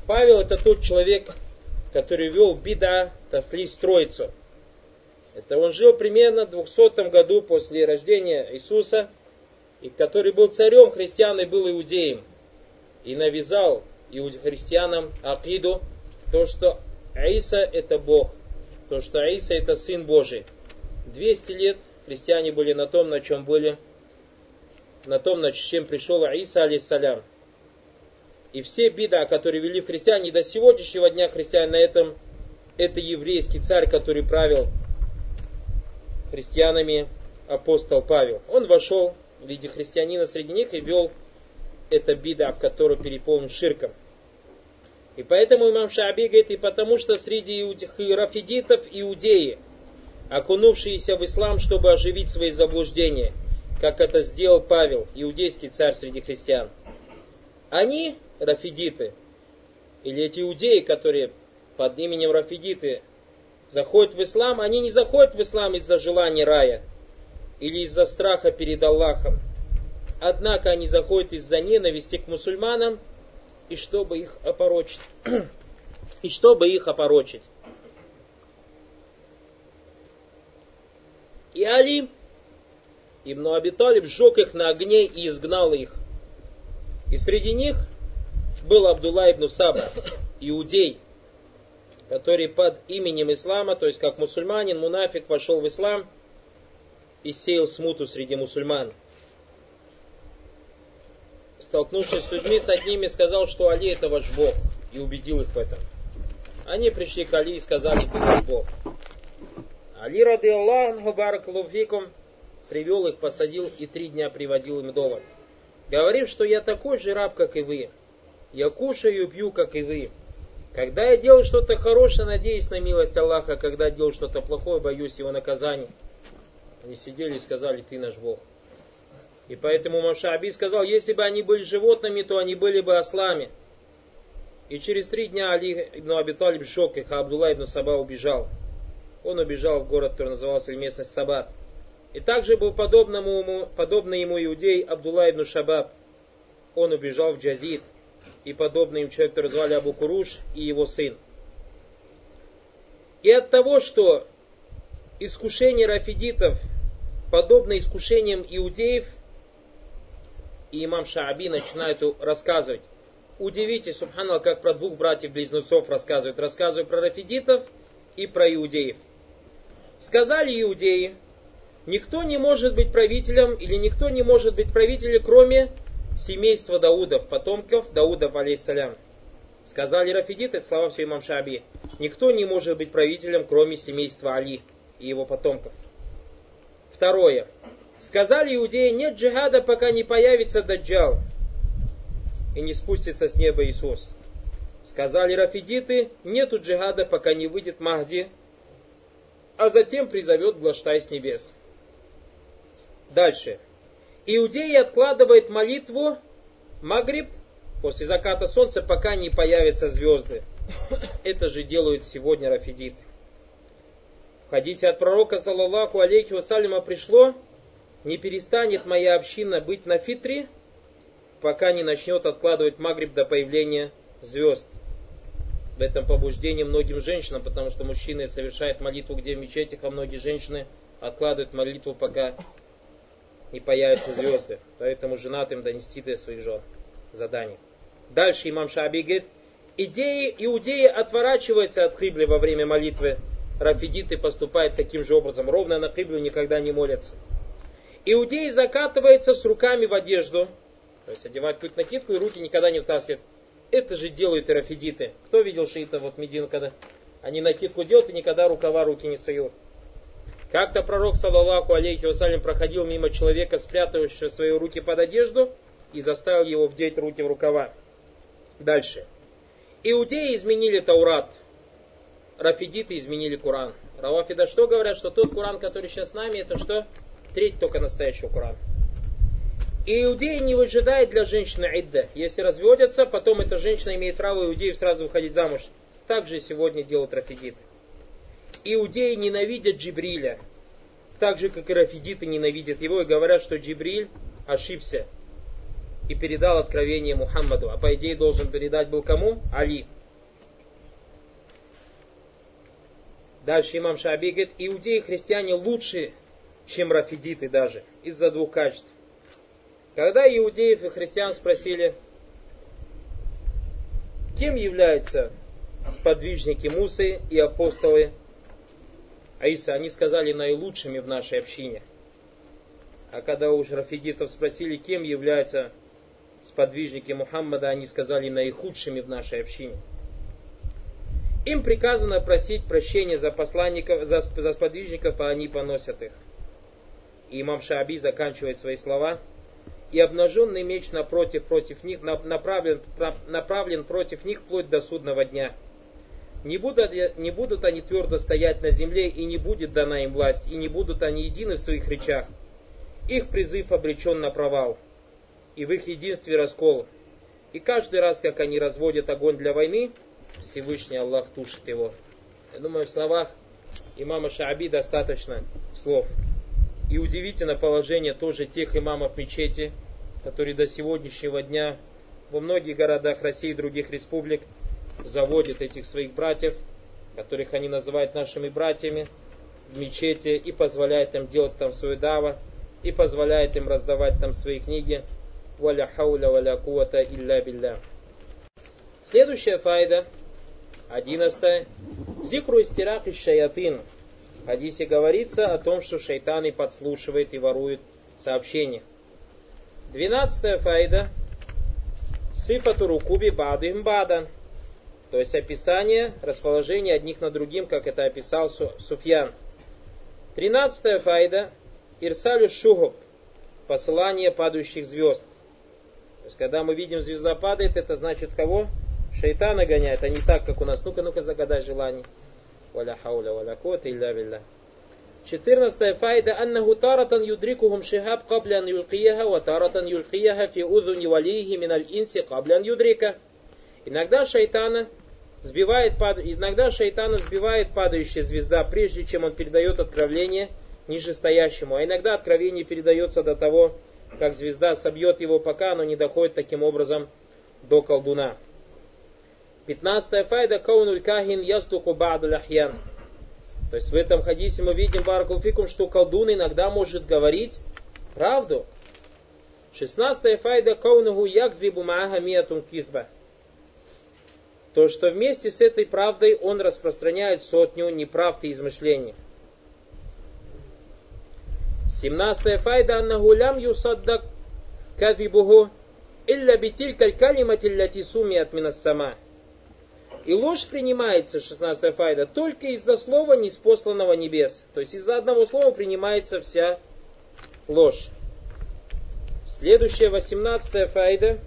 Павел это тот человек, который вел бида, тафлис, троицу. Это он жил примерно в 200 году после рождения Иисуса, и который был царем христиан и был иудеем. И навязал христианам акиду, то, что Иса это Бог, то, что Иса это Сын Божий. 200 лет христиане были на том, на чем были, на том, над чем пришел Иса, алейхиссалям. И все бида, которые вели в христиане, до сегодняшнего дня христиане на этом, это еврейский царь, который правил христианами, апостол Павел. Он вошел в виде христианина среди них и вел это бида, в которую переполнен ширком. И поэтому имам Шааби говорит, и потому что среди рафидитов иудеи, окунувшиеся в ислам, чтобы оживить свои заблуждения, как это сделал Павел, иудейский царь среди христиан. Они, рафидиты, или эти иудеи, которые под именем рафидиты заходят в ислам, они не заходят в ислам из-за желания рая или из-за страха перед Аллахом. Однако они заходят из-за ненависти к мусульманам и чтобы их опорочить. И Али ибн Аби Талиб сжег их на огне и изгнал их. И среди них был Абдулла ибн Саба, иудей, который под именем ислама, то есть как мусульманин, мунафик, вошел в ислам и сеял смуту среди мусульман. Столкнувшись с людьми, с одними сказал, что Али это ваш Бог, и убедил их в этом. Они пришли к Али и сказали, ты наш Бог. Али, ради Аллаху, баракаллаху фикум, привел их, посадил и 3 дня приводил им довод. Говорив, что я такой же раб, как и вы. Я кушаю и пью, как и вы. Когда я делаю что-то хорошее, надеюсь на милость Аллаха, когда делаю что-то плохое, боюсь его наказания. Они сидели и сказали, ты наш Бог. И поэтому имам Шааби сказал, если бы они были животными, то они были бы ослами. И через 3 дня Али ибн Аби Талиб сжег их, а Абдулла ибн Саба убежал. Он убежал в город, который назывался местность Сабат. И также был подобный ему иудей Абдулла ибн Шабаб. Он убежал в Джазид. И подобный им человек, который звали Абу Куруш, и его сын. И от того, что искушение рафидитов подобно искушениям иудеев, и имам Шааби начинает рассказывать. Удивитесь, субханаллах, как про 2 братьев-близнецов рассказывают. Рассказывают про рафидитов и про иудеев. Сказали иудеи, никто не может быть правителем, или никто не может быть правителем, кроме семейства Даудов, потомков Даудов, алейхиссалям. Сказали рафидиты, это слова все имам Шааби, никто не может быть правителем, кроме семейства Али и его потомков. Второе. Сказали иудеи, нет джихада, пока не появится Даджал и не спустится с неба Иисус. Сказали рафидиты, нету джихада, пока не выйдет Махди, а затем призовет Глаштай с небес. Дальше. Иудеи откладывают молитву Магриб после заката солнца, пока не появятся звезды. Это же делают сегодня рафидиты. В хадисе от пророка, саллаллаху алейхи вассаляма, пришло, не перестанет моя община быть на фитре, пока не начнет откладывать Магриб до появления звезд. В этом побуждение многим женщинам, потому что мужчины совершают молитву где в мечетях, а многие женщины откладывают молитву, пока не появятся звезды. Поэтому женатым донести до своих жен задание. Дальше имам Шааби говорит, иудеи отворачиваются от кибли во время молитвы. Рафидиты поступают таким же образом. Ровно на киблю никогда не молятся. Иудеи закатываются с руками в одежду. То есть одевают какую-то накидку и руки никогда не втаскивают. Это же делают и рафидиты. Кто видел шиитов вот Медину, когда они накидку делают и никогда рукава руки не суют. Как-то пророк, саллаллаху алейхи вассалям, проходил мимо человека, спрятавшего свои руки под одежду, и заставил его вдеть руки в рукава. Дальше. Иудеи изменили Таурат. Рафидиты изменили Коран. Равафида что говорят? Что тот Коран, который сейчас с нами, это что? Треть только настоящего Корана. И иудеи не выжидают для женщины идда. Если разводятся, потом эта женщина имеет право иудеев сразу выходить замуж. Так же сегодня делают рафидиты. Иудеи ненавидят Джибриля, так же, как и рафидиты ненавидят его, и говорят, что Джибриль ошибся и передал откровение Мухаммаду. А по идее должен передать был кому? Али. Дальше имам Шааби говорит, иудеи и христиане лучше, чем рафидиты даже, из-за двух качеств. Когда иудеев и христиан спросили, кем являются сподвижники Мусы и апостолы Иса, они сказали, наилучшими в нашей общине. А когда уж рафидитов спросили, кем являются сподвижники Мухаммада, они сказали, наихудшими в нашей общине. Им приказано просить прощения за посланников, за сподвижников, а они поносят их. И имам Шааби заканчивает свои слова. И обнаженный меч против них направлен против них вплоть до судного дня. Не будут они твердо стоять на земле, и не будет дана им власть, и не будут они едины в своих речах. Их призыв обречен на провал, и в их единстве раскол. И каждый раз, как они разводят огонь для войны, Всевышний Аллах тушит его. Я думаю, в словах имама Шааби достаточно слов. И удивительно положение тоже тех имамов мечети, которые до сегодняшнего дня во многих городах России и других республик заводят этих своих братьев, которых они называют нашими братьями, в мечети и позволяют им делать там свою даву, и позволяет им раздавать там свои книги. Валя хауля валя кувата илля билля. Следующая файда, 11. Зикру истирак иш шаятин. В хадисе говорится о том, что шайтаны подслушивают и воруют сообщения. 12 файда. Сифату рукуби бадым бадан. То есть описание расположения одних на другим, как это описал Суфьян. 13 файда. Ирсалю шухуб. Посылание падающих звезд. То есть когда мы видим, звезда падает, это значит кого? Шайтана гоняет, а не так, как у нас. Ну-ка, загадай желание. Валя хауля валя куата илля билля. 14 файда. Аннаху таратан юдрикухум шихаб каблян юлкияха, ва таратан юлкияха фи удуни валихи миналь инси каблян юдрика. Иногда шайтана сбивает падающая звезда, прежде чем он передает откровение нижестоящему. А иногда откровение передается до того, как звезда собьет его, пока оно не доходит таким образом до колдуна. 15 файда. Каунуль кахин яздуку ба'дуль ахьян. То есть в этом хадисе мы видим, баракулфикум, что колдун иногда может говорить правду. 16 файда. Каунуху якдвибу мааха миатун кизба. То, что вместе с этой правдой он распространяет 100 неправд и измышлений. 17 файда. Аннаху лям юсаддак кадвибуху илля битилькаль калимати лляти сумиат минас сама. И ложь принимается, 16 файда, только из-за слова ниспосланного небес. То есть из-за одного слова принимается вся ложь. Следующая, 18 файда.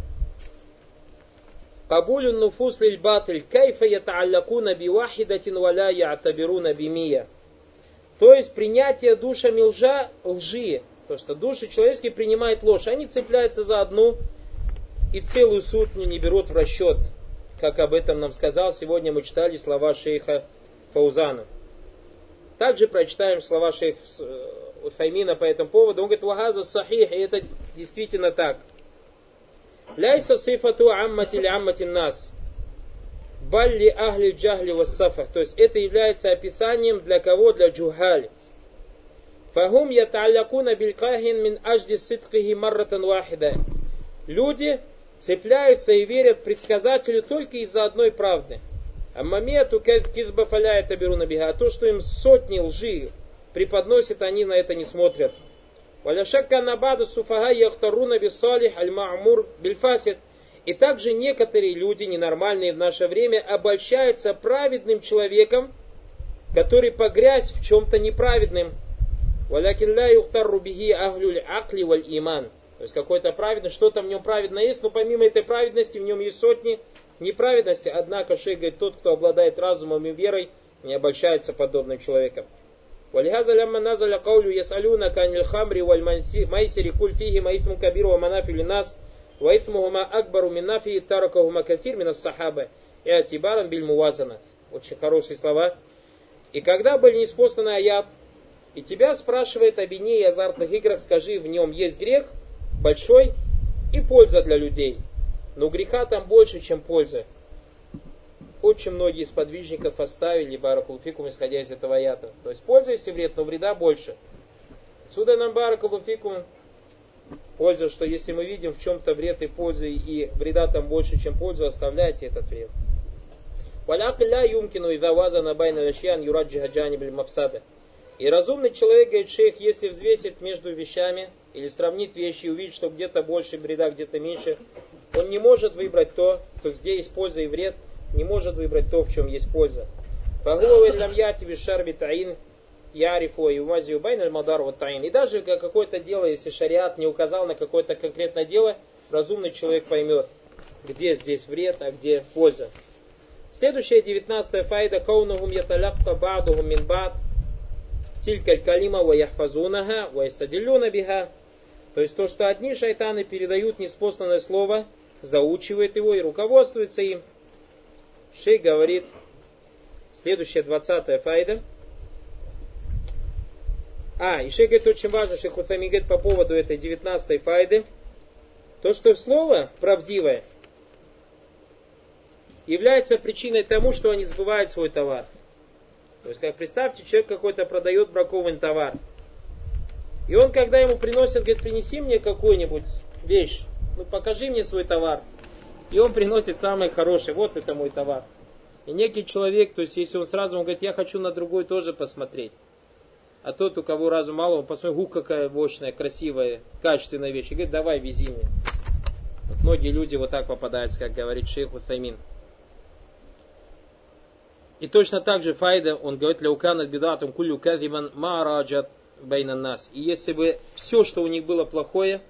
Кабулю нуфус лиль батль, кайфа ятааллакуна бивахидатин валя я'табируна бимия. То есть принятие душами лжи. То, что души человеческие принимают ложь. Они цепляются за одну и целую сотню не берут в расчет. Как об этом нам сказал, сегодня мы читали слова шейха Фаузана. Также прочитаем слова шейха Уфаймина по этому поводу. Он говорит, вахаза сахих, и это действительно так. Ляйса сифату аммати ли амматин нас. Балли ахли джахли вассафах. То есть это является описанием для кого? Для джухали. Фахум ятааллакуна билькахин мин ажди ситкихи марратан вахида. Люди цепляются и верят предсказателю только из-за одной правды. А мамиату кизба фаля это беру на бега. А то, что им сотни лжи преподносят, они на это не смотрят. Валяшакка набаду суфага яхтаруна бисалих аль-ма'мур бильфасид. И также некоторые люди, ненормальные в наше время, обольщаются праведным человеком, который погрязь в чем-то неправедным. Валякин ля юхтарру бихи ахлюль акли валь иман. То есть какой-то праведный, что-то в нем праведно есть, но помимо этой праведности в нем есть сотни неправедности. Однако шейх говорит, тот, кто обладает разумом и верой, не обольщается подобным человеком. Валихаза лямма назаля каулю ясалюна канил хамри валь майсири куль фиги маифму кабиру ва манафи линас ва ифмухума акбару минафи таракахума кафир минас сахаба и атибарам биль мувазана. Очень хорошие слова. И когда были ниспосланы аят, и тебя спрашивает о вине и азартных играх, скажи, в нем есть грех большой и польза для людей. Но греха там больше, чем пользы. очень многие из подвижников оставили баракаллаху фикум, исходя из этого аята. То есть польза есть и вред, но вреда больше. Отсюда нам баракаллаху фикум польза, что если мы видим в чем-то вред и пользы, и вреда там больше, чем пользу, оставляйте этот вред. И разумный человек, говорит шейх, если взвесит между вещами, или сравнит вещи и увидит, что где-то больше вреда, где-то меньше, он не может выбрать то где есть польза и вред, не может выбрать то, в чем есть польза. И даже какое-то дело, если шариат не указал на какое-то конкретное дело, разумный человек поймет, где здесь вред, а где польза. Следующая 19-я файда. Каунухум яталякка ба'духум мин ба'д. Тилькаль калима ва яхфазунаха ва истадиллюна биха. То есть то, что одни шайтаны передают неспосланное слово, заучивают его и руководствуются им. Шейх говорит, следующая 20-я файда. И шейх говорит, очень важно, шейх Утаймин говорит по поводу этой 19-й файды, то, что слово правдивое является причиной тому, что они сбывают свой товар. То есть, как представьте, человек какой-то продает бракованный товар. И он, когда ему приносят, говорит, принеси мне какую-нибудь вещь, покажи мне свой товар. И он приносит самое хорошее, вот это мой товар. И некий человек, то есть, если он сразу, он говорит, я хочу на другой тоже посмотреть. А тот, у кого разум мало, он посмотрит, какая мощная, красивая, качественная вещь. И говорит, давай, вези мне. Вот многие люди вот так попадаются, как говорит шейх Утаймин. И точно так же файда, он говорит, ляуканат бидатум кулю кадиман мараджат байнан нас. И если бы все, что у них было плохое,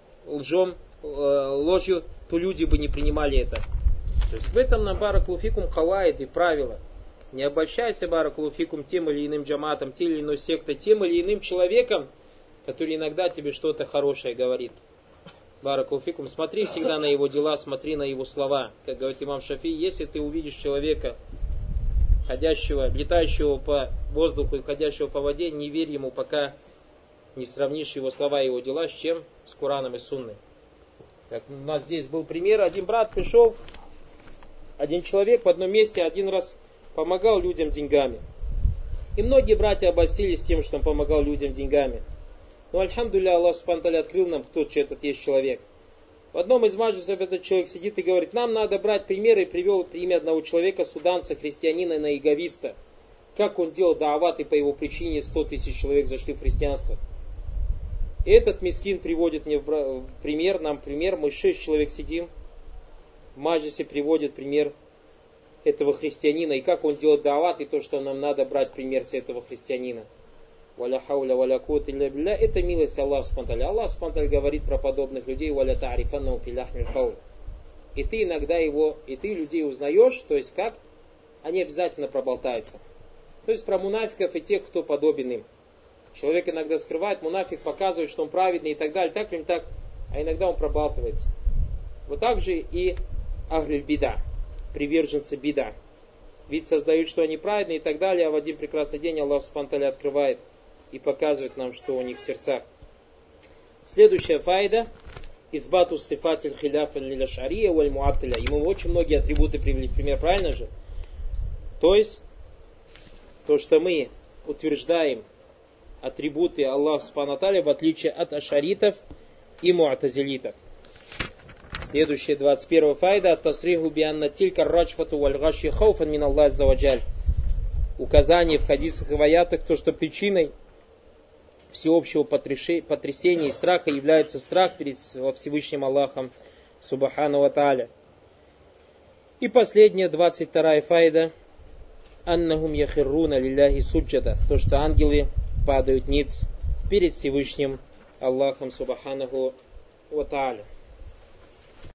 ложью, то люди бы не принимали это. То есть в этом нам баракаллаху фикум каваид и правила. Не обольщайся баракаллаху фикум тем или иным джаматом, тем или иной сектой, тем или иным человеком, который иногда тебе что-то хорошее говорит. Баракаллаху фикум, смотри всегда на его дела, смотри на его слова. Как говорит имам Шафии, если ты увидишь человека, ходящего, летающего по воздуху и ходящего по воде, не верь ему, пока не сравнишь его слова и его дела с чем? С Кораном и Сунной. Как у нас здесь был пример, один брат пришел, один человек в одном месте один раз помогал людям деньгами. И многие братья обольстились тем, что он помогал людям деньгами. Но, альхамдулилля, Аллах субхану ва тааля открыл нам, кто этот есть человек. В одном из маджлисов этот человек сидит и говорит, нам надо брать примеры, и привел имя одного человека, суданца, христианина, наиговиста. Как он делал даават, и по его причине 100 тысяч человек зашли в христианство. И этот мискин приводит мне в пример, нам пример, мы 6 человек сидим, в маджлисе приводит пример этого христианина, и как он делает даават, и то, что нам надо брать пример с этого христианина. Валя хауля валя куата илля билля. Это милость Аллаха субхану ва тааля. Аллах субхану ва тааля говорит про подобных людей, валя та'рифаннахум фи лахмил кауль. И ты иногда ты людей узнаешь, то есть как? Они обязательно проболтаются. То есть про мунафиков и тех, кто подобен им. Человек иногда скрывает, мунафик показывает, что он праведный и так далее, так или не так, а иногда он пробалтывается. Вот так же и ахль бида, приверженцы бида. Вид создают, что они праведные и так далее, а в один прекрасный день Аллах субхану ва тааля открывает и показывает нам, что у них в сердцах. Следующая файда. Итбатус сифатиль хиляфа лиля шария валь муаттиля. Ему очень многие атрибуты привели в пример, правильно же? То есть, то, что мы утверждаем атрибуты Аллаха субхану ва тааля, в отличие от ашаритов и муатазилитов. Следующая 21 файда. Ат-тасриху бианна тилька раджфату валь гаши хауфан мин Аллах азза ва джаль. Указание в хадисах и в аятах, то, что причиной всеобщего потрясения и страха является страх перед Всевышним Аллахом субхану ва тааля. И последняя 22 файда. Аннахум яхирруна лилляхи суджада. То, что ангелы падают ниц перед Всевышним Аллахом субханаху ва тааля.